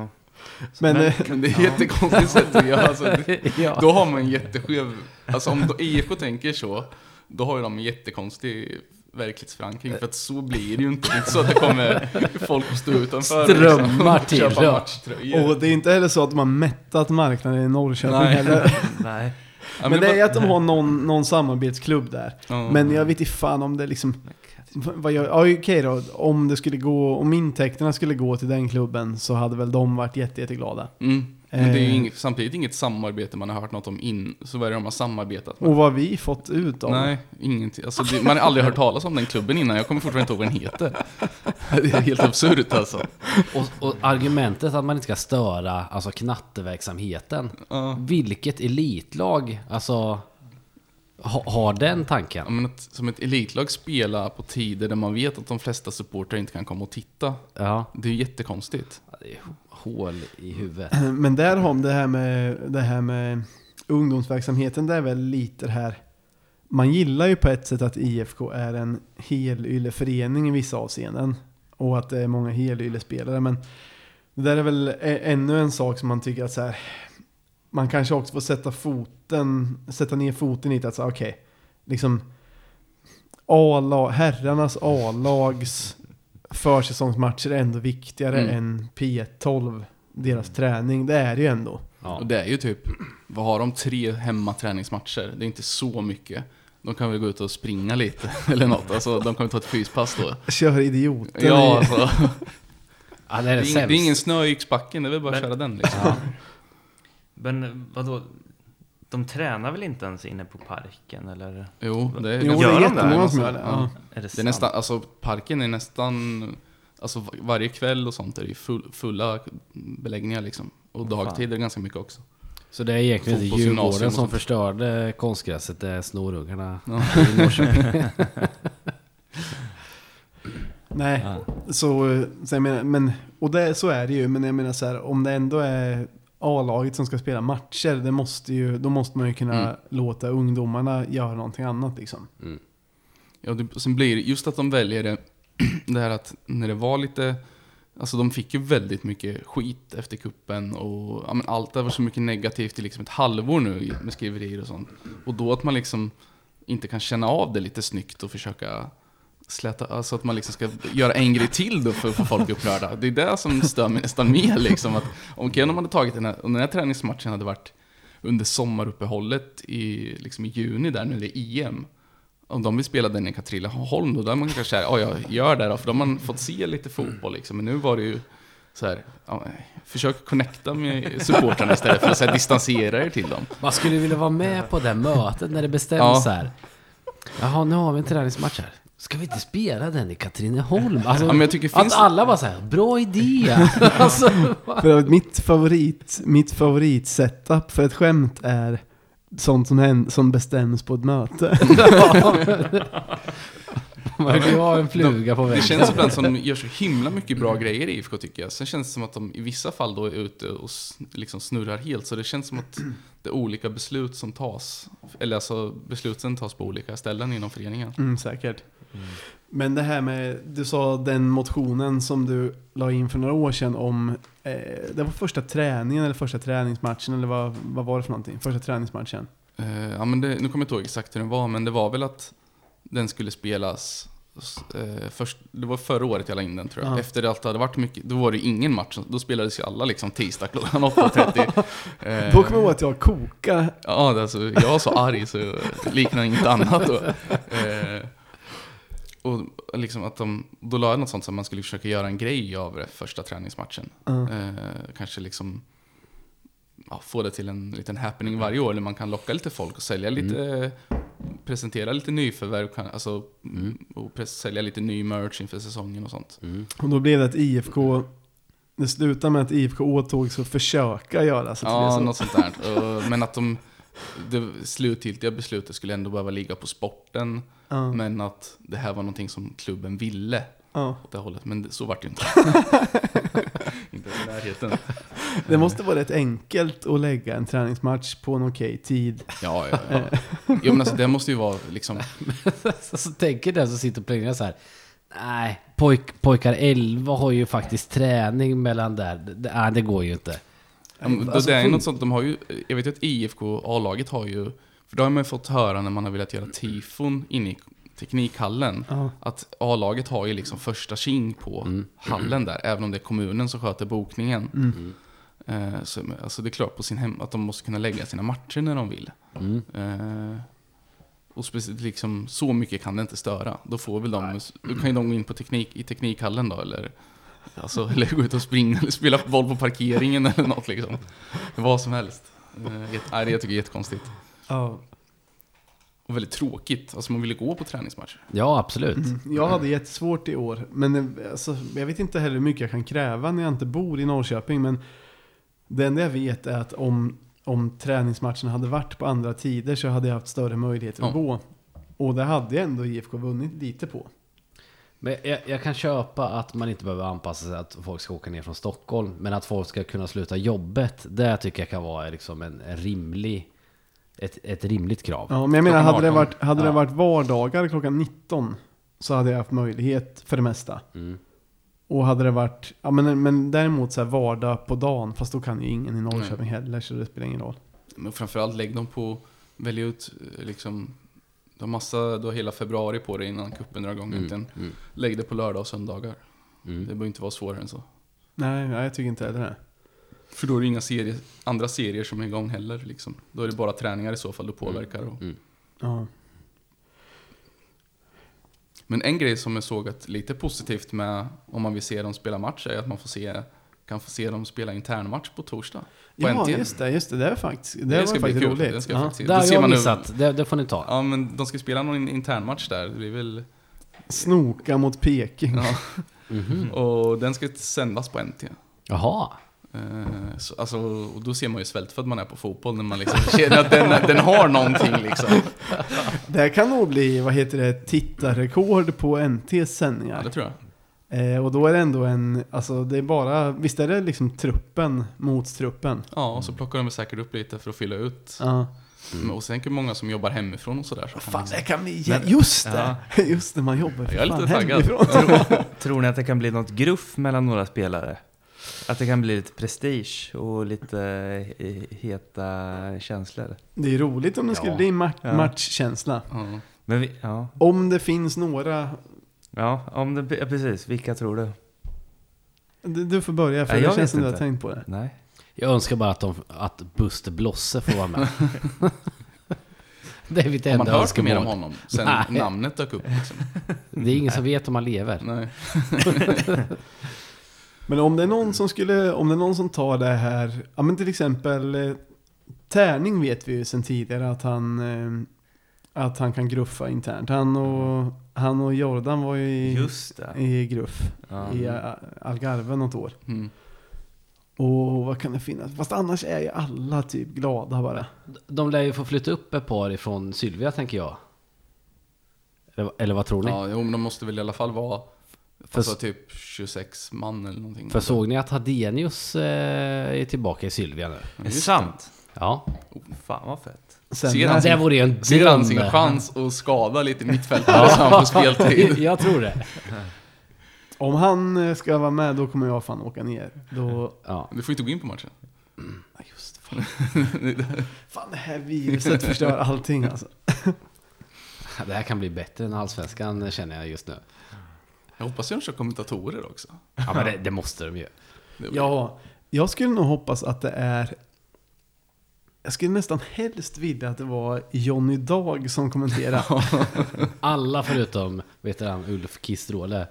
Men det är jättekonstigt sätt att göra. Alltså, Ja. då har man en jätteskev... Alltså om IFK tänker så, då har ju de en jättekonstig verklighetsförankring. För att så blir det ju inte. Det är inte så att det kommer folk att stå utanför Strömmar till, köpa ja. matchtröjor. och det är inte heller så att de har mättat marknaden i Norrköping heller. Nej. Ja, Men det är att de har någon samarbetsklubb där. Ja. Men jag vet inte fan om det liksom... Okej då, om intäkterna skulle gå till den klubben så hade väl de varit jätteglada. Men det är ju samtidigt inget samarbete man har hört något om så vad är det de har samarbetat med? Och vad vi fått ut av. Nej, ingenting. Alltså, man har aldrig hört talas om den klubben innan. Jag kommer fortfarande inte ihåg vad den heter. Det är helt absurt alltså. Och argumentet att man inte ska störa alltså knatteverksamheten. Vilket elitlag alltså har den tanken? Ja, men som ett elitlag spelar på tider där man vet att de flesta supportrar inte kan komma och titta. Ja. Det är jättekonstigt. Ja, det är hål i huvudet. Men där har det här med ungdomsverksamheten, det är väl lite här. Man gillar ju på ett sätt att IFK är en helylleförening i vissa avseenden. Och att det är många helyllespelare. Men det där är väl ännu en sak som man tycker att så här, man kanske också får sätta ner foten i det. Att okej, liksom herrarnas A-lags försäsongsmatcher är ändå viktigare än P12, deras träning. Det är det ju ändå. Ja. Och det är ju typ, vad har de, 3 hemmaträningsmatcher? Det är inte så mycket. De kan väl gå ut och springa lite eller något. Alltså, de kan ta ett fyspass då. Kör idioter. Ja, alltså. Ja, Det är ingen snö i Yxbacken, det är väl bara att köra den liksom. Ja. Men vadå? De tränar väl inte ens inne på parken, eller? Jo, det är, Jo, det Gör är de det? jättemånga som gör det. Ja. Ja. Är det Det är nästan, alltså parken är nästan, alltså varje kväll och sånt är det fulla beläggningar liksom. Och dagtid är det ganska mycket också. Så det är egentligen inte Fotbollsgymnasium Djurgården och som sånt. förstörde konstgräset, det är snorungarna Ja. i Norrköping. Nej, så jag menar, men, och det, så är det ju, men jag menar så här, om det ändå är A-laget som ska spela matcher, då måste man ju kunna låta ungdomarna göra någonting annat liksom. Ja, sen blir det just att de väljer det här att när det var lite, alltså de fick ju väldigt mycket skit efter kuppen och ja, men allt det var så mycket negativt i liksom ett halvår nu med skriverier och sånt. Och då att man liksom inte kan känna av det lite snyggt och försöka släta, alltså att man liksom ska göra en grej till då för att få folk upprörda. Det är det som stör mig nästan mer liksom, att om de hade tagit den här träningsmatchen hade varit under sommaruppehållet i juni där när det är EM. Om de vill spela den i Katrineholm då är man kanske såhär, ja jag gör det då, för då har man fått se lite fotboll liksom. Men nu var det ju så här, ja, försök connecta med supportrarna istället för att så här, distansera er till dem. Man skulle vilja vara med på det mötet när det bestäms så här. Jaha, nu har vi en träningsmatch här. Ska vi inte spela den i Katrineholm? Alltså, Ja, men jag tycker finns... att alla bara säger bra idé. Alltså, För att mitt favoritsetup för ett skämt är sånt som bestäms på ett möte. man vill ju ha en fluga på väggen. Det känns ibland som de gör så himla mycket bra grejer i IFK tycker jag. Sen känns det som att de i vissa fall då är ute och liksom snurrar helt. Så det känns som att det är olika beslut som tas. Eller alltså besluten tas på olika ställen inom föreningen. Säkert. Men det här med, du sa den motionen som du la in för några år sedan om, det var första träningen eller första träningsmatchen, eller vad var det för någonting? Första träningsmatchen? Ja, men nu kommer jag inte ihåg exakt hur den var, men det var väl att den skulle spelas först, det var förra året jag la in den tror jag. Ja. Efter det allt hade varit mycket, då var det ingen match, då spelades ju alla liksom tisdag klockan 8:30. Då kommer jag ihåg att jag kokade. Ja, alltså, jag var så arg så liknar inget annat då. Och liksom att då la jag något sånt som man skulle försöka göra en grej av det första träningsmatchen. Kanske liksom få det till en liten happening varje år, där man kan locka lite folk och sälja lite, presentera lite nyförvärv, alltså, och sälja lite ny merch inför säsongen och sånt. Och då blev det att det slutade med att IFK åtog sig att försöka göra så. Ja, något sånt där. Men att det slutgiltiga beslutet skulle ändå behöva ligga på sporten. Men att det här var någonting som klubben ville åt det hållet. Men så var det ju inte. Inte i närheten. Det måste vara rätt enkelt att lägga en träningsmatch på en okej tid. Ja. Jo, men alltså det måste ju vara liksom... Så tänker den som sitter och planerar så här. Nej, pojkar 11 har ju faktiskt träning mellan där. Det går ju inte. Alltså, det är något sånt, de har ju, jag vet ju att IFK A-laget har ju, för då har man ju fått höra när man har velat göra tifon inne i teknikhallen, att A-laget har ju liksom första king på hallen där, även om det är kommunen som sköter bokningen. Så, alltså det är klart på sin hem att de måste kunna lägga sina matcher när de vill. Och speciellt liksom, så mycket kan det inte störa. Då får väl då kan ju de gå in på teknikhallen då, eller gå ut och springa eller spela boll på parkeringen eller något liksom. Vad som helst. Det jag tycker är jättekonstigt. Ja. Och väldigt tråkigt. Alltså man ville gå på träningsmatcher. Ja, absolut. Jag hade jättesvårt i år. Men alltså, jag vet inte heller hur mycket jag kan kräva när jag inte bor i Norrköping. Men det enda jag vet är att om träningsmatchen hade varit på andra tider så hade jag haft större möjligheter att gå. Och det hade jag ändå IFK vunnit lite på. Men jag kan köpa att man inte behöver anpassa sig att folk ska åka ner från Stockholm. Men att folk ska kunna sluta jobbet, det tycker jag kan vara liksom ett rimligt krav. Ja, men jag menar, hade det varit vardagar klockan 19 så hade jag haft möjlighet för det mesta. Och hade det varit, men däremot så här vardag på dagen, fast då kan ju ingen i Norrköping heller, så det spelar ingen roll. Men framförallt lägg dem på, välj ut liksom, du har hela februari på dig innan kuppen drar igång. Lägg det på lördag och söndagar. Det behöver inte vara svårare än så. Nej, jag tycker inte heller det. För då är det inga andra serier som är igång heller. Liksom. Då är det bara träningar i så fall du påverkar. Ja. Men en grej som jag såg att lite positivt med om man vill se dem spela match är att man kan få se dem spela internmatch på torsdag. På Ja, NT. just det. Det är faktiskt, det ska var bli faktiskt kul. roligt. Det ska Ja. faktiskt, Det har då ser jag man nu- missat. Det får ni ta. Ja, men de ska spela någon internmatch där. Det är väl, Snoka mot Peking. ja. Mhm. Och den ska sändas på NT. Jaha. Så, alltså, och då ser man ju svältfödd man är på fotboll när man liksom känner att den har någonting liksom. Det här kan nog bli, tittarrekord på NTs sändningar. Ja, det tror jag. Och då är det ändå det är bara, visst är det liksom truppen mot truppen? Ja, och så plockar de säkert upp lite för att fylla ut. Ja. Och sen är det många som jobbar hemifrån och sådär. Så kan Fan, liksom- det kan bli, Men- just det! Just det, man jobbar Jag är lite fan taggad. hemifrån. Tror ni att det kan bli något gruff mellan några spelare? Att det kan bli lite prestige och lite heta känslor? Det är roligt om det skulle bli matchkänsla. Ja. Men Om det finns några... precis. Vilka tror du? Du får börja, för Nej, det jag känns vet som du har inte. tänkt på det. Nej. Jag önskar bara att Buster Blosse får vara med. Det är mitt Har man enda hört mer om önskemål. honom sen Nej. namnet dök upp liksom? Det är ingen som vet om han lever. Nej. Men om det är någon som tar det här, ja men till exempel Tärning vet vi ju sedan tidigare att han kan gruffa internt. Han och Jordan var ju Just det. i gruff Ja. i Algarve något år. Mm. Och vad kan det finnas? Fast annars är ju alla typ glada bara. De lär ju få flytta upp ett par ifrån Sylvia, tänker jag. Eller vad tror ni? Ja, jo, men de måste väl i alla fall vara För- alltså typ 26 man eller någonting. För såg ni att Hadenius är tillbaka i Sylvia nu? Är det sant? Ja. Fan vad fett. Sen Ser han- Det vore ju en Ser han dröm. sin chans att skada lite mittfältare så han får speltid? Jag tror det. om han ska vara med, då kommer jag fan åka ner. Då... Ja. Du får inte gå in på matchen. Ja, just fan. Fan, det här viruset förstör allting alltså. Det här kan bli bättre än Allsvenskan, känner jag just nu. Jag hoppas att de kör kommentatorer också. Ja, men det måste de ju. Ja, jag skulle nog hoppas att det är... Jag skulle nästan helst vilja att det var Johnny Dag som kommenterar. Alla förutom veteran Ulf Kistråle.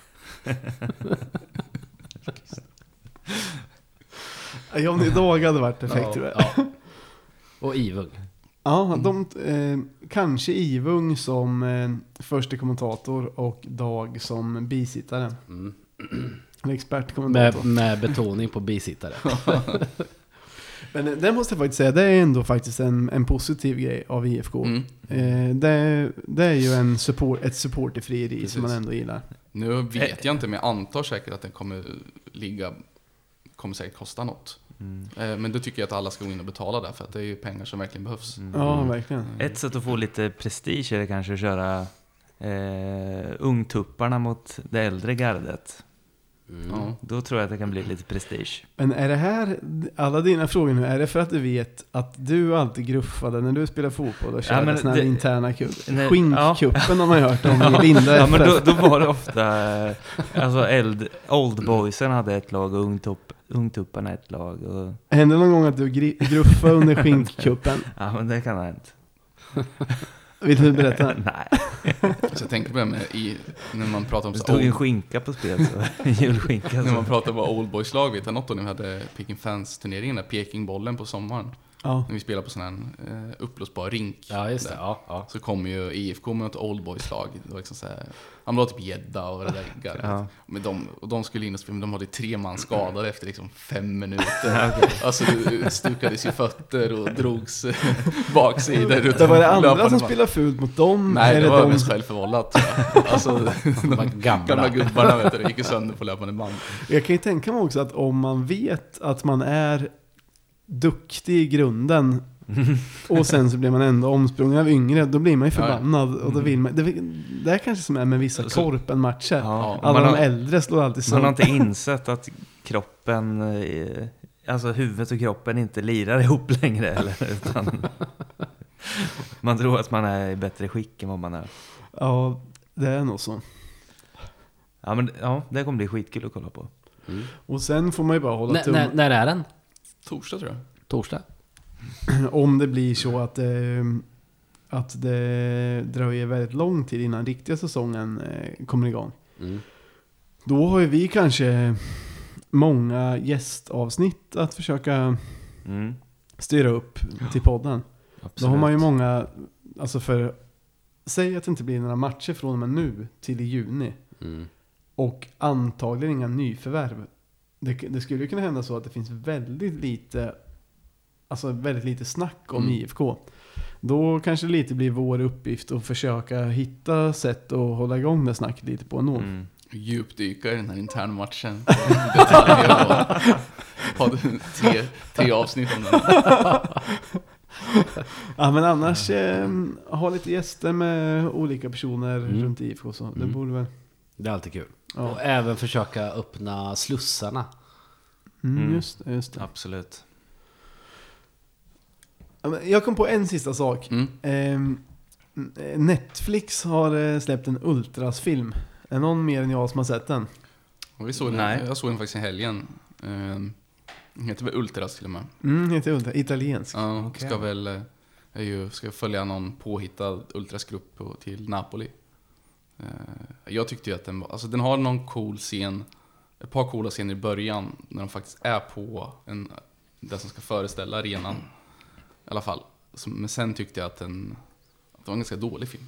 Johnny Dag hade varit perfekt tror jag. Ja. Och Ivung. Ja, kanske Ivung som första kommentator och Dag som bisittare. Mm. En expertkommentator. Med betoning på bisittare. Men det måste jag faktiskt säga, det är ändå faktiskt en positiv grej av IFK. Mm. Det är ju ett supporterfrieri Precis. som man ändå gillar. Nu vet jag inte, men jag antar säkert att den kommer säkert kosta något. Men då tycker jag att alla ska gå in och betala där, för att det är ju pengar som verkligen behövs. Ja, verkligen. Ett sätt att få lite prestige är det kanske att köra ungtupparna mot det äldre gardet. Ja. Då tror jag att det kan bli lite prestige. Men är det här, alla dina frågor nu, är det för att du vet att du alltid gruffade när du spelar fotboll och körde men såna här det- interna kupp? Nej, Skinkkuppen har man hört om i Linda Ja, men FF. då var det ofta alltså oldboysen hade ett lag och ungtupparna ett lag. Och, Hände någon gång att du gruffade under skinkkuppen? ja, men det kan ha hänt. Vill du berätta? Nej, Så jag tänker på det med när man pratar om det så stod ju en old, skinka på spel. Så, en julskinka. när man Så. pratar om oldboys-lag, vet jag något då när vi hade Peking Fans-turneringen där, Pekingbollen på sommaren. Ja. När vi spelade på sån här uppblåsbar rink. Ja, just det. där. Ja. Så kom ju IFK med ett oldboys-lag. Det var liksom så här, han var typ gädda och det där gardet. Ja. Men de skulle in och spela, men de hade 3 man skadade efter liksom 5 minuter. Ja, okej. Alltså det stukades ju fötter och drogs baksidor. Det var det andra löpande som man. spelade fult mot dem? Nej, det eller var de mest självförvållat tror jag. Alltså de gamla gubbarna vet du, det gick ju sönder på löpande band. Jag kan ju tänka mig också att om man vet att man är duktig i grunden och sen så blir man ändå omsprungen av yngre, då blir man ju förbannad och då vill man, det är kanske som är med vissa korpen-matcher. Ja, Alla man de har- äldre slår alltid så. Man har inte insett att kroppen, alltså huvudet och kroppen inte lirar ihop längre. Eller, utan man tror att man är i bättre skick än vad man är. Ja, det är nog så. Ja, men det kommer bli skitkul att kolla på. Och sen får man ju bara hålla tummen. När är den? Torsdag tror jag. Torsdag? Om det blir så att det dröjer väldigt lång tid innan riktiga säsongen kommer igång. Då har ju vi kanske många gästavsnitt att försöka styra upp till podden. Absolut. Då har man ju många, alltså säg att det inte blir några matcher från och med nu till i juni. Och antagligen inga nyförvärv. Det skulle ju kunna hända så att det finns väldigt lite snack om IFK. Då kanske det lite blir vår uppgift att försöka hitta sätt att hålla igång det snacket lite på ändå. Djupdyka i den här internmatchen. Detaljer och ha 3 avsnitt om den. Ja, men annars ha lite gäster med olika personer runt IFK så. Det borde väl. Det är alltid kul. Ja. Och även försöka öppna slussarna. Just det. Absolut. Ja, men jag kom på en sista sak. Netflix har släppt en Ultras-film. Är någon mer än jag som har sett den? Och vi såg den, jag såg den faktiskt i helgen. Den heter väl Ultras till och med. Heter Ultra, italiensk. Ja, Okay. ska följa någon påhittad Ultras-grupp till Napoli. Jag tyckte ju att den har någon cool scen, ett par coola scener i början när de faktiskt är på det som ska föreställa arenan i alla fall. Men sen tyckte jag att det var en ganska dålig film.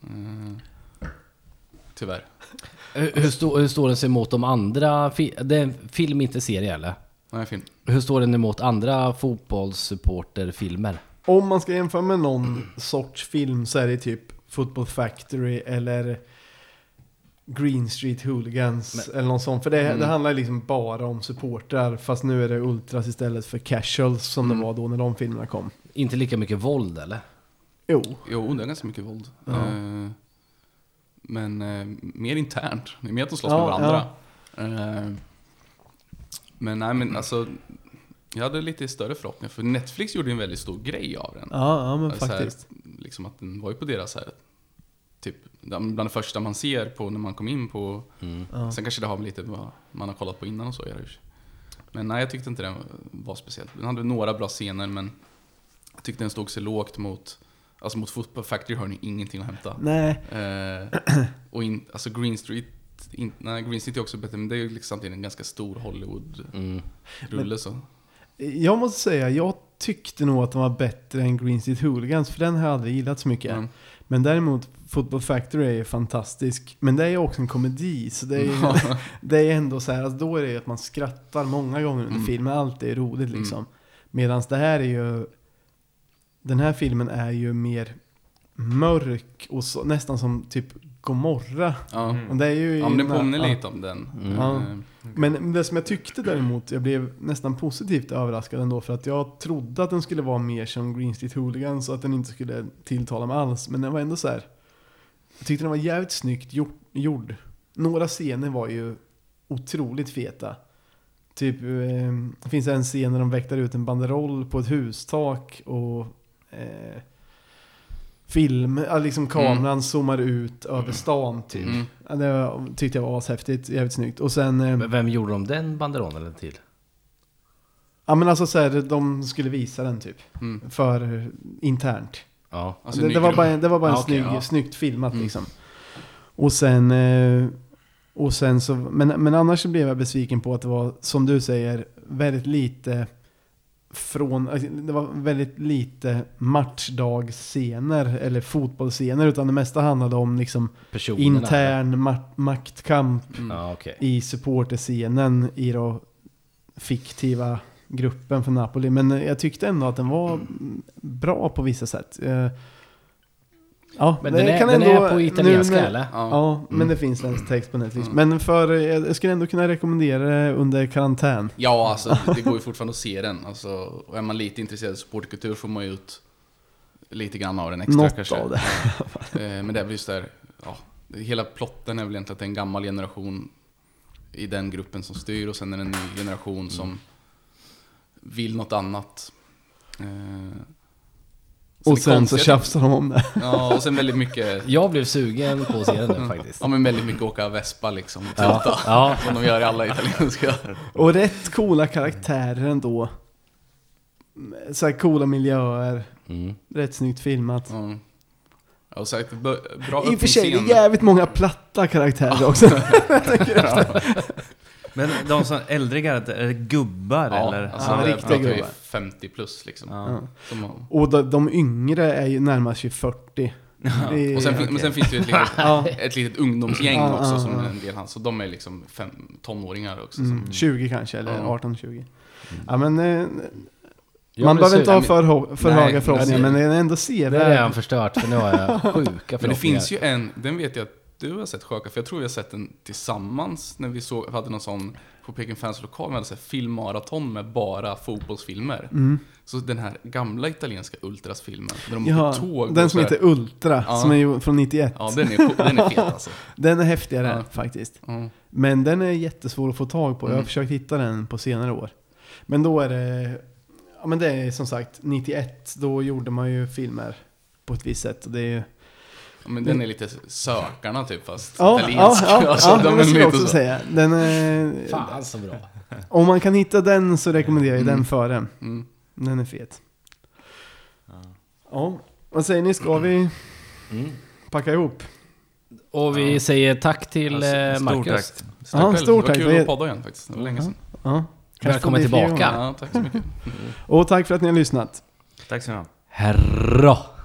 Tyvärr. Hur står den sig mot de andra? Det är en film, inte serie eller? Nej, film. Hur står den emot andra fotbollssupporterfilmer? Om man ska jämföra med någon sorts film så är det typ Football Factory eller Green Street Hooligans eller något sånt. För det handlar liksom bara om supportrar, fast nu är det Ultras istället för casuals som det var då när de filmerna kom. Inte lika mycket våld eller? Jo, det är ganska mycket våld. Ja. Men mer internt. Det är mer att de slåss med varandra. Men alltså, jag hade lite större förhoppningar. För Netflix gjorde en väldigt stor grej av den. Ja men alltså faktiskt. Liksom att den var ju på deras här, typ bland det första man ser på när man kom in på. Sen kanske det har lite vad man har kollat på innan och så. Men nej, jag tyckte inte den var speciellt. Den hade några bra scener, men jag tyckte den stod sig lågt mot Football Factory har ni ingenting att hämta. Nej. Och alltså Green Street är också bättre, men det är ju liksom samtidigt en ganska stor Hollywood-rulle så. Jag måste säga, jag tyckte nog att de var bättre än Green Street Hooligans, för den har jag aldrig gillat så mycket. Men däremot Football Factory är fantastisk. Men det är också en komedi, så det är ändå så här, alltså då är det att man skrattar många gånger under filmen. Allt är roligt liksom. Medan det här är ju, den här filmen är ju mer mörk och så, nästan som typ Gomorra. Och det är ju men det påminner lite om den. Men det som jag tyckte däremot, jag blev nästan positivt överraskad ändå, för att jag trodde att den skulle vara mer som Green Street Hooligans och att den inte skulle tilltala mig alls. Men den var ändå så här, jag tyckte den var jävligt snyggt gjord. Några scener var ju otroligt feta. Typ, det finns en scen när de väktar ut en banderoll på ett hustak och liksom kameran zoomar ut över stan typ. Det tyckte jag var ashäftigt, jävligt snyggt. Och sen Vem gjorde de den banderollen till? ja, men alltså så här, de skulle visa den typ för internt. Ja. Alltså, det var bara en snyggt filmat liksom. Och sen så men annars så blev jag besviken på att det var, som du säger, väldigt lite det var väldigt lite matchdagsscener eller fotbollsscener, utan det mesta handlade om liksom Personerna. intern maktkamp i supporterscenen i då fiktiva gruppen för Napoli. Men jag tyckte ändå att den var bra på vissa sätt. Ja, men den är på italienska eller? Ja, men det finns en text på Netflix. Men jag skulle ändå kunna rekommendera det under karantän. Ja, alltså det går ju fortfarande att se den. Alltså, och är man lite intresserad av supportkultur får man ju ut lite grann av den extra. Något kanske. av det. Men det är väl just där, hela plotten är väl egentligen att det är en gammal generation i den gruppen som styr, och sen är det en ny generation som vill något annat. Och sen så tjafsar de om det. Ja, och sen väldigt mycket... Jag blev sugen på att se den nu faktiskt. Ja, men väldigt mycket åka vespa liksom. Ja. Som de gör i alla italienska. Och rätt coola karaktärer ändå. Så här coola miljöer. Rätt snyggt filmat. Ja. Och sagt, bra I och för sig, det öppningsscen. är jävligt många platta karaktärer också. Men de som äldre karaktärer, är det gubbar eller? Alltså, Ja, det riktiga pratar vi gubbar. 50 plus liksom. Ja. Och de yngre är ju närmast 40. Det är, Och men sen finns det ju ett litet ungdomsgäng Ja, också ja, som ja. är en del hans. Så de är liksom tonåringar också. Som, 20 kanske, eller Ja. 18-20. Ja, men Jag man blev behöver inte ha sugen. för Nej, höga förhoppningar, nej. men det är ändå Det är sevärd. redan förstört, för nu har jag sjuka förhoppningar. Men det finns ju den vet jag att du har sett Sjöka, för jag tror vi har sett den tillsammans när vi hade någon sån på Peking Fans lokal, vi hade så här filmmaraton med bara fotbollsfilmer. Så den här gamla italienska Ultras-filmen, där de Ja, åker tåg. den och som så här- heter Ultra, Ja. som är ju från 91. Ja, den är fet alltså. Den är häftigare Ja. faktiskt. Ja. Men den är jättesvår att få tag på. Jag har försökt hitta den på senare år. Men då är det... Ja, men det är som sagt 91. Då gjorde man ju filmer på ett visst sätt. Och det är ju... Ja, men den är lite Sökarna typ, fast Ja, italiensk. Alltså, de det är skulle jag lite också så. säga. Den är... Fan så bra. Om man kan hitta den så rekommenderar jag den före. Mm. Den är fet. Ja, vad säger ni? Ska vi packa ihop? Och vi säger tack till Stort Marcus. tack. Ja, stort Det tack. var kul att podda igen faktiskt. Det var länge sedan. Ja. Välkommen får bli fler tillbaka. gånger. Ja, tack så mycket. Och tack för att ni har lyssnat. Tack så mycket. Herra!